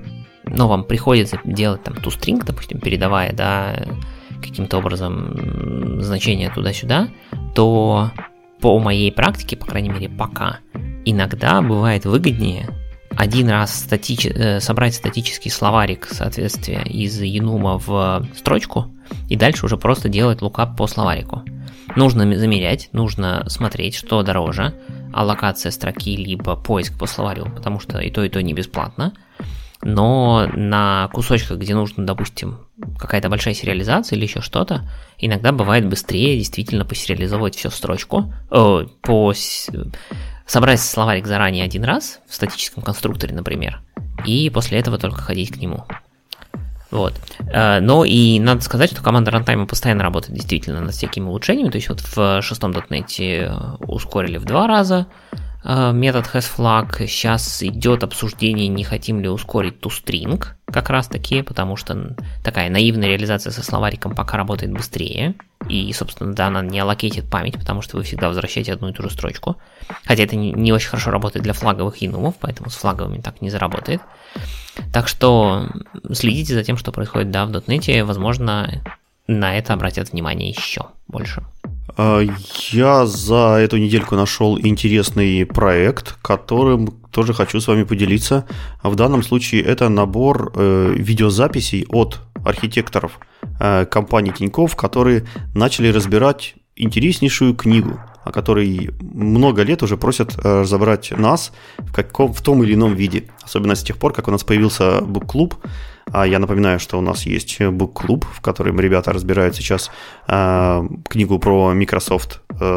вам приходится делать там toString, допустим, передавая, да, каким-то образом значение туда-сюда, то по моей практике, по крайней мере пока, иногда бывает выгоднее один раз собрать статический словарик соответствия из янума в строчку и дальше уже просто делать лукап по словарику. Нужно замерять, нужно смотреть, что дороже, аллокация строки либо поиск по словарю, потому что и то не бесплатно. Но на кусочках, где нужно, допустим, какая-то большая сериализация или еще что-то, иногда бывает быстрее действительно посериализовывать всю строчку, собрать словарик заранее один раз в статическом конструкторе, например, и после этого только ходить к нему. Вот. Но и надо сказать, что команда рантайма постоянно работает действительно над всякими улучшениями. То есть вот в 6.м .NET ускорили в 2 раза метод hasFlag. Сейчас идет обсуждение, не хотим ли ускорить toString как раз таки, потому что такая наивная реализация со словариком пока работает быстрее. И, собственно, да, она не аллокейтит память, потому что вы всегда возвращаете одну и ту же строчку. Хотя это не очень хорошо работает для флаговых янумов, поэтому с флаговыми так не заработает. Так что следите за тем, что происходит, да, в .NET. Возможно, на это обратят внимание еще больше. Я за эту недельку нашел интересный проект, которым тоже хочу с вами поделиться. В данном случае это набор видеозаписей от архитекторов компании Тинькофф, которые начали разбирать интереснейшую книгу, о которой много лет уже просят разобрать нас в том или ином виде. Особенно с тех пор, как у нас появился Book-клуб. Я напоминаю, что у нас есть Book-клуб, в котором ребята разбирают сейчас книгу про Microsoft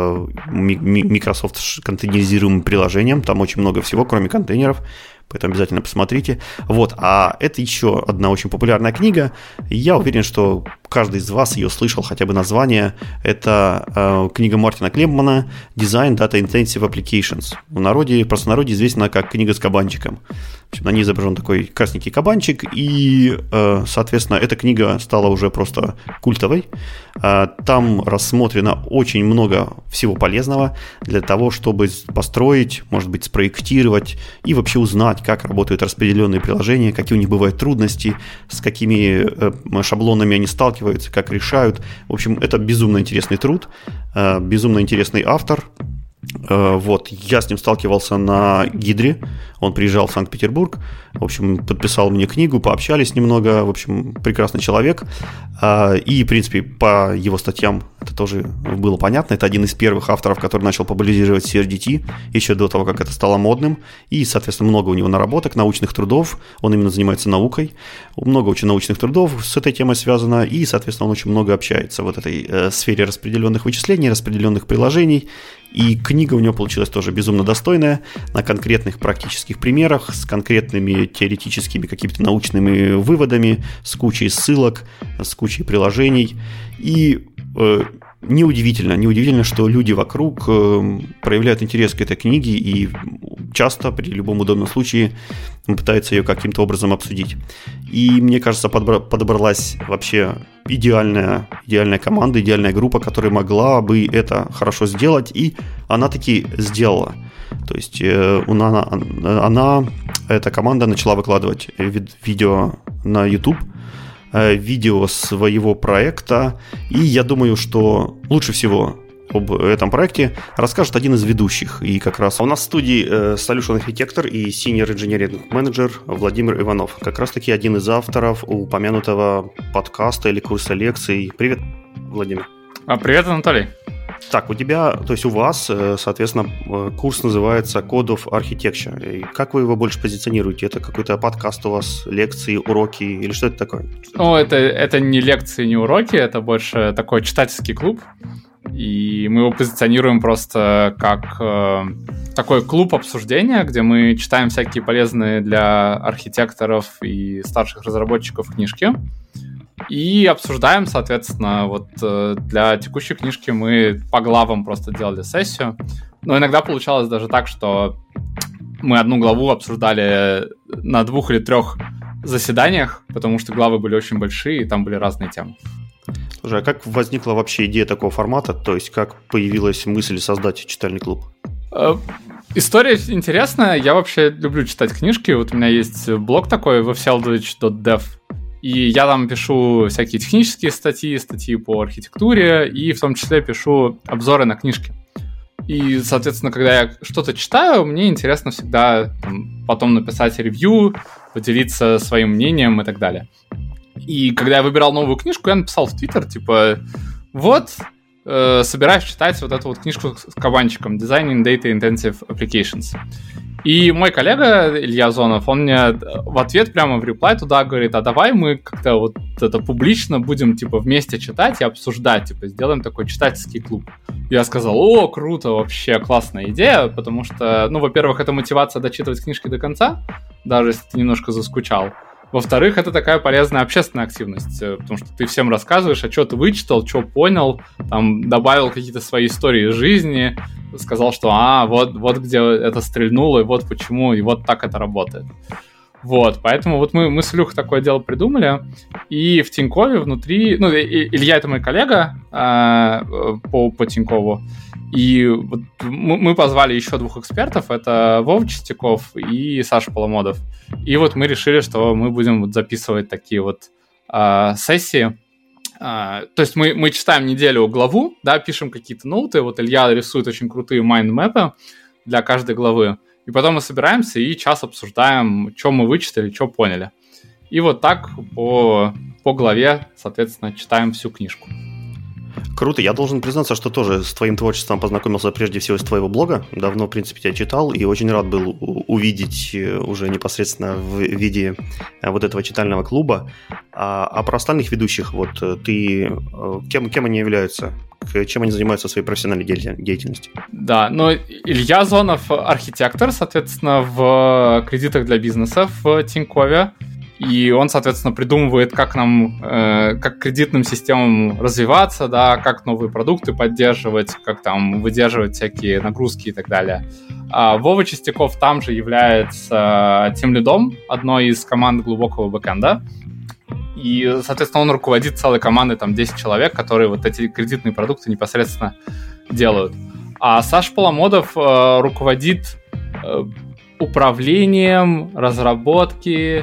контейнеризируемым приложением. Там очень много всего, кроме контейнеров. Поэтому обязательно посмотрите. Вот, а это еще одна очень популярная книга. Я уверен, что каждый из вас ее слышал, хотя бы название. Это книга Мартина Клеммана «Design Data Intensive Applications». В простонародье известна как книга с кабанчиком. В общем, на ней изображен такой красненький кабанчик, и, соответственно, эта книга стала уже просто культовой. Там рассмотрено очень много всего полезного для того, чтобы построить, может быть, спроектировать и вообще узнать, как работают распределенные приложения, какие у них бывают трудности, с какими шаблонами они сталкиваются, как решают. В общем, это безумно интересный труд, безумно интересный автор. Вот, я с ним сталкивался на Гидре, он приезжал в Санкт-Петербург, в общем, подписал мне книгу, пообщались немного, в общем, прекрасный человек, и, в принципе, по его статьям это тоже было понятно, это один из первых авторов, который начал популяризировать CRDT еще до того, как это стало модным, и, соответственно, много у него наработок, научных трудов, он именно занимается наукой, много очень научных трудов с этой темой связано, и, соответственно, он очень много общается в вот этой сфере распределенных вычислений, распределенных приложений. И книга у него получилась тоже безумно достойная, на конкретных практических примерах, с конкретными теоретическими какими-то научными выводами, с кучей ссылок, с кучей приложений. И неудивительно, что люди вокруг проявляют интерес к этой книге и часто при любом удобном случае пытаются ее каким-то образом обсудить. И мне кажется, подобралась вообще идеальная команда, идеальная группа, которая могла бы это хорошо сделать, и она таки сделала. То есть эта команда начала выкладывать видео на YouTube, видео своего проекта, и я думаю, что лучше всего об этом проекте расскажет один из ведущих. И как раз у нас в студии Solution Architector и Senior Engineering Manager Владимир Иванов. Как раз таки один из авторов упомянутого подкаста или курса лекций. Привет, Владимир. Привет, Анатолий. Так, у тебя, то есть у вас, соответственно, курс называется Code of Architecture. И как вы его больше позиционируете? Это какой-то подкаст у вас, лекции, уроки или что это такое? Это не лекции, не уроки, это больше такой читательский клуб. И мы его позиционируем просто как такой клуб обсуждения, где мы читаем всякие полезные для архитекторов и старших разработчиков книжки. И обсуждаем, соответственно, вот для текущей книжки мы по главам просто делали сессию. Но иногда получалось даже так, что мы одну главу обсуждали на 2 или 3 заседаниях, потому что главы были очень большие, и там были разные темы. Слушай, а как возникла вообще идея такого формата? То есть как появилась мысль создать читальный клуб? История интересная. Я вообще люблю читать книжки. Вот у меня есть блог такой, vseldovich.dev. И я там пишу всякие технические статьи по архитектуре, и в том числе пишу обзоры на книжки. И, соответственно, когда я что-то читаю, мне интересно всегда потом написать ревью, поделиться своим мнением и так далее. И когда я выбирал новую книжку, я написал в Твиттер, типа, вот, собираюсь читать вот эту вот книжку с кабанчиком Designing Data Intensive Applications. И мой коллега Илья Зонов, он мне в ответ прямо в реплай туда говорит, а давай мы как-то вот это публично будем типа вместе читать и обсуждать, типа сделаем такой читательский клуб. Я сказал, о, круто, вообще классная идея, потому что, ну, во-первых, это мотивация дочитывать книжки до конца, даже если ты немножко заскучал. Во-вторых, это такая полезная общественная активность, потому что ты всем рассказываешь, а что ты вычитал, что понял, там, добавил какие-то свои истории из жизни, сказал, что вот где это стрельнуло, и вот почему, и вот так это работает. Вот, поэтому вот мы с Илюхой такое дело придумали, и в Тинькове внутри, ну, Илья — это мой коллега по Тинькову, и вот мы позвали еще 2 экспертов, это Вова Чистяков и Саша Поломодов, и вот мы решили, что мы будем вот записывать такие вот сессии. То есть мы читаем неделю главу, да, пишем какие-то ноуты, вот Илья рисует очень крутые майндмэпы для каждой главы, и потом мы собираемся и час обсуждаем, что мы вычитали, что поняли. И вот так по главе, соответственно, читаем всю книжку. Круто. Я должен признаться, что тоже с твоим творчеством познакомился прежде всего из твоего блога. Давно, в принципе, тебя читал и очень рад был увидеть уже непосредственно в виде вот этого читального клуба. А про остальных ведущих, вот ты, кем они являются? Чем они занимаются в своей профессиональной деятельности? Да, но Илья Зонов архитектор, соответственно, в кредитах для бизнеса в Тинькове. И он, соответственно, придумывает, как нам, как кредитным системам развиваться, да, как новые продукты поддерживать, как там выдерживать всякие нагрузки и так далее. А Вова Чистяков там же является тимлидом одной из команд глубокого бэкэнда. И, соответственно, он руководит целой командой, там, 10 человек, которые вот эти кредитные продукты непосредственно делают. А Саша Поломодов руководит управлением разработки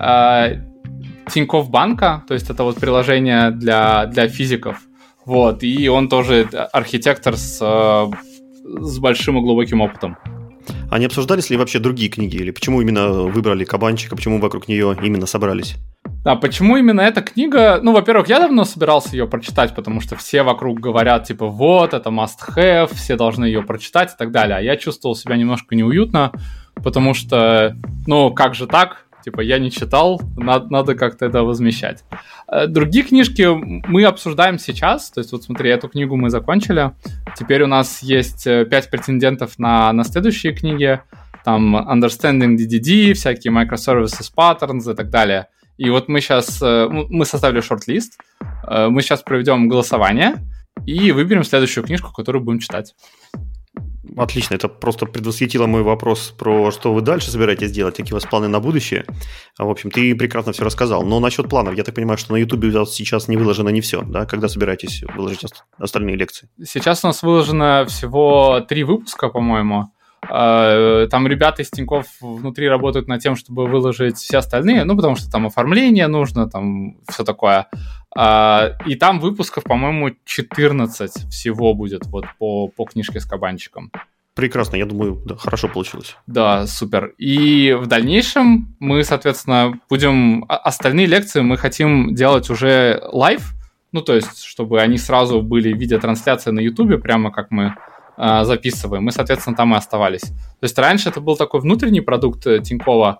Тинькофф банка, то есть это вот приложение для физиков. Вот, и он тоже архитектор с с большим и глубоким опытом. А не обсуждались ли вообще другие книги? Или почему именно выбрали «Кабанчика», почему вокруг нее именно собрались? Да, почему именно эта книга? Ну, во-первых, я давно собирался ее прочитать, потому что все вокруг говорят, типа, вот, это must-have, все должны ее прочитать и так далее. А я чувствовал себя немножко неуютно, потому что, ну, как же так? Типа, я не читал, надо как-то это возмещать. Другие книжки мы обсуждаем сейчас. То есть, вот смотри, эту книгу мы закончили. Теперь у нас есть 5 претендентов на следующие книги. Там Understanding DDD, всякие Microservices Patterns и так далее. И вот мы сейчас, мы составили шорт-лист, мы сейчас проведем голосование и выберем следующую книжку, которую будем читать. Отлично, это просто предвосхитило мой вопрос про что вы дальше собираетесь делать, какие у вас планы на будущее. В общем, ты прекрасно все рассказал. Но насчет планов, я так понимаю, что на YouTube сейчас не выложено не все, да? Когда собираетесь выложить остальные лекции? Сейчас у нас выложено всего 3 выпуска, по-моему. Там ребята из Тинькофф внутри работают над тем, чтобы выложить все остальные, ну, потому что там оформление нужно, там все такое. И там выпусков, по-моему, 14 всего будет вот по книжке с кабанчиком. Прекрасно, я думаю, да, хорошо получилось. Да, супер. И в дальнейшем мы, соответственно, будем... Остальные лекции мы хотим делать уже лайв, ну, то есть, чтобы они сразу были в виде трансляции на YouTube, прямо как мы записываем. Мы, соответственно, там и оставались. То есть раньше это был такой внутренний продукт Тинькова,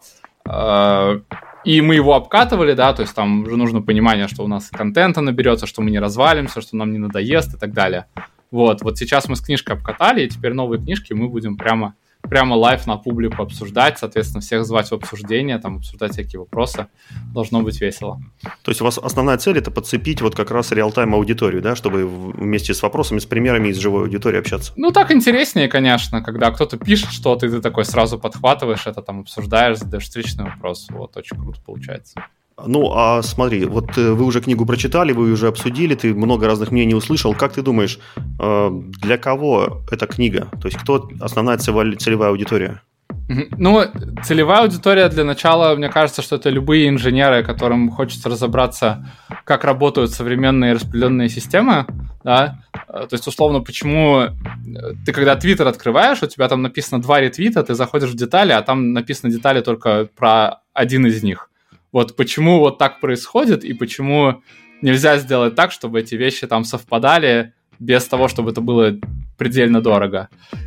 и мы его обкатывали, да, то есть там уже нужно понимание, что у нас контента наберется, что мы не развалимся, что нам не надоест и так далее. Вот сейчас мы с книжкой обкатали, и теперь новые книжки мы будем прямо лайв на публику обсуждать, соответственно, всех звать в обсуждение, там, обсуждать всякие вопросы. Должно быть весело. То есть у вас основная цель – это подцепить вот как раз реал-тайм аудиторию, да, чтобы вместе с вопросами, с примерами из живой аудитории общаться? Ну, так интереснее, конечно, когда кто-то пишет что-то, и ты такой сразу подхватываешь это, там, обсуждаешь, задаешь встречный вопрос. Вот, очень круто получается. Ну, а смотри, вот вы уже книгу прочитали, вы уже обсудили, ты много разных мнений услышал. Как ты думаешь, для кого эта книга? То есть кто основная целевая аудитория? Ну, целевая аудитория для начала, мне кажется, что это любые инженеры, которым хочется разобраться, как работают современные распределенные системы, да? То есть, условно, почему ты, когда Twitter открываешь, у тебя там написано 2 ретвита, ты заходишь в детали, а там написано детали только про один из них. Вот почему вот так происходит, и почему нельзя сделать так, чтобы эти вещи там совпадали без того, чтобы это было предельно дорого.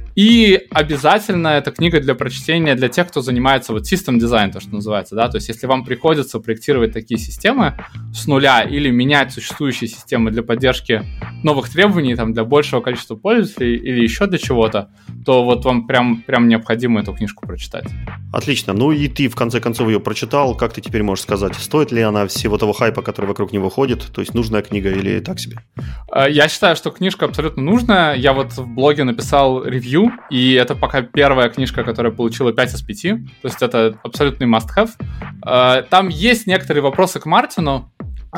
И обязательно эта книга для прочтения для тех, кто занимается вот system design, то, что называется, да, то есть если вам приходится проектировать такие системы с нуля или менять существующие системы для поддержки новых требований, там, для большего количества пользователей или еще для чего-то, то вот вам прям необходимо эту книжку прочитать. Отлично. Ну и ты, в конце концов, ее прочитал. Как ты теперь можешь сказать, стоит ли она всего того хайпа, который вокруг него ходит? То есть нужная книга или так себе? Я считаю, что книжка абсолютно нужная. Я вот в блоге написал ревью, и это пока первая книжка, которая получила 5 из 5. То есть это абсолютный must-have. Там есть некоторые вопросы к Мартину,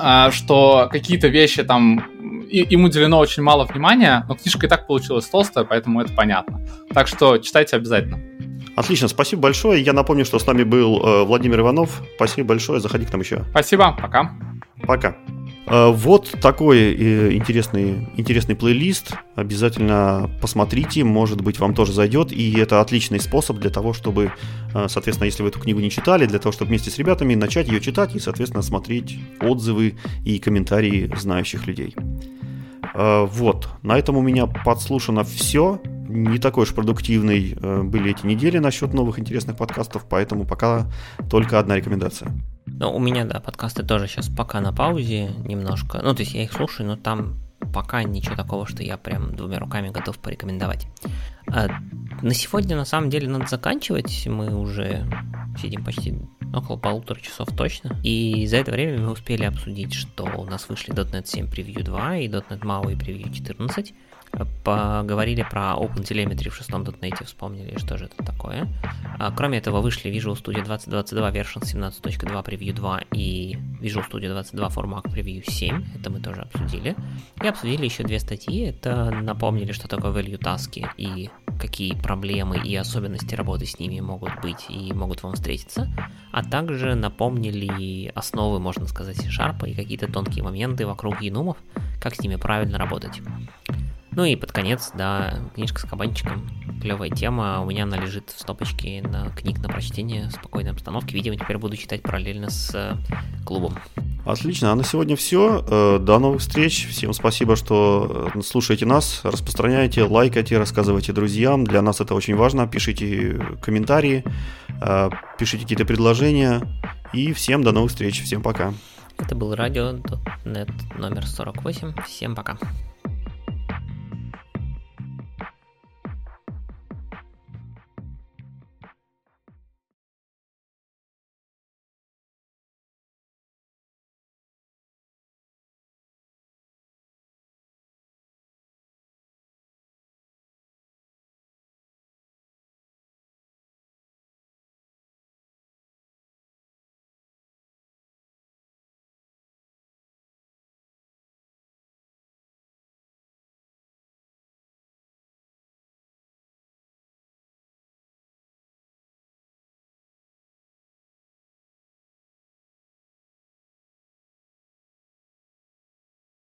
что какие-то вещи там... Им уделено очень мало внимания, но книжка и так получилась толстая, поэтому это понятно. Так что читайте обязательно. Отлично, спасибо большое. Я напомню, что с нами был Владимир Иванов. Спасибо большое, заходи к нам еще. Спасибо, пока. Пока. Вот такой интересный плейлист. Обязательно посмотрите, может быть, вам тоже зайдет. И это отличный способ для того, чтобы, соответственно, если вы эту книгу не читали, для того, чтобы вместе с ребятами начать ее читать и, соответственно, смотреть отзывы и комментарии знающих людей. Вот, на этом у меня подслушано все. Не такой уж продуктивной были эти недели насчет новых интересных подкастов, поэтому пока только одна рекомендация. Ну, у меня, да, подкасты тоже сейчас пока на паузе немножко. Ну, то есть я их слушаю, но там пока ничего такого, что я прям 2 руками готов порекомендовать. На сегодня, на самом деле, надо заканчивать. Мы уже сидим почти около 1,5 часов точно. И за это время мы успели обсудить, что у нас вышли .NET 7 Preview 2 и .NET MAUI Preview 14. Поговорили про OpenTelemetry в 6-м .NET, вспомнили, что же это такое. Кроме этого, вышли Visual Studio 2022 Version 17.2 Preview 2 и Visual Studio 22 Formac Preview 7. Это мы тоже обсудили. И обсудили еще 2 статьи. Это напомнили, что такое value таски и какие проблемы и особенности работы с ними могут быть и могут вам встретиться. А также напомнили основы, можно сказать, C# и какие-то тонкие моменты вокруг енумов, как с ними правильно работать. Ну и под конец, да, книжка с кабанчиком. Клевая тема. У меня она лежит в стопочке на книг на прочтение в спокойной обстановке. Видимо, теперь буду читать параллельно с клубом. Отлично, а на сегодня все. До новых встреч. Всем спасибо, что слушаете нас, распространяете, лайкайте, рассказывайте друзьям. Для нас это очень важно. Пишите комментарии, пишите какие-то предложения. И всем до новых встреч. Всем пока. Это был Radio.net номер 48. Всем пока.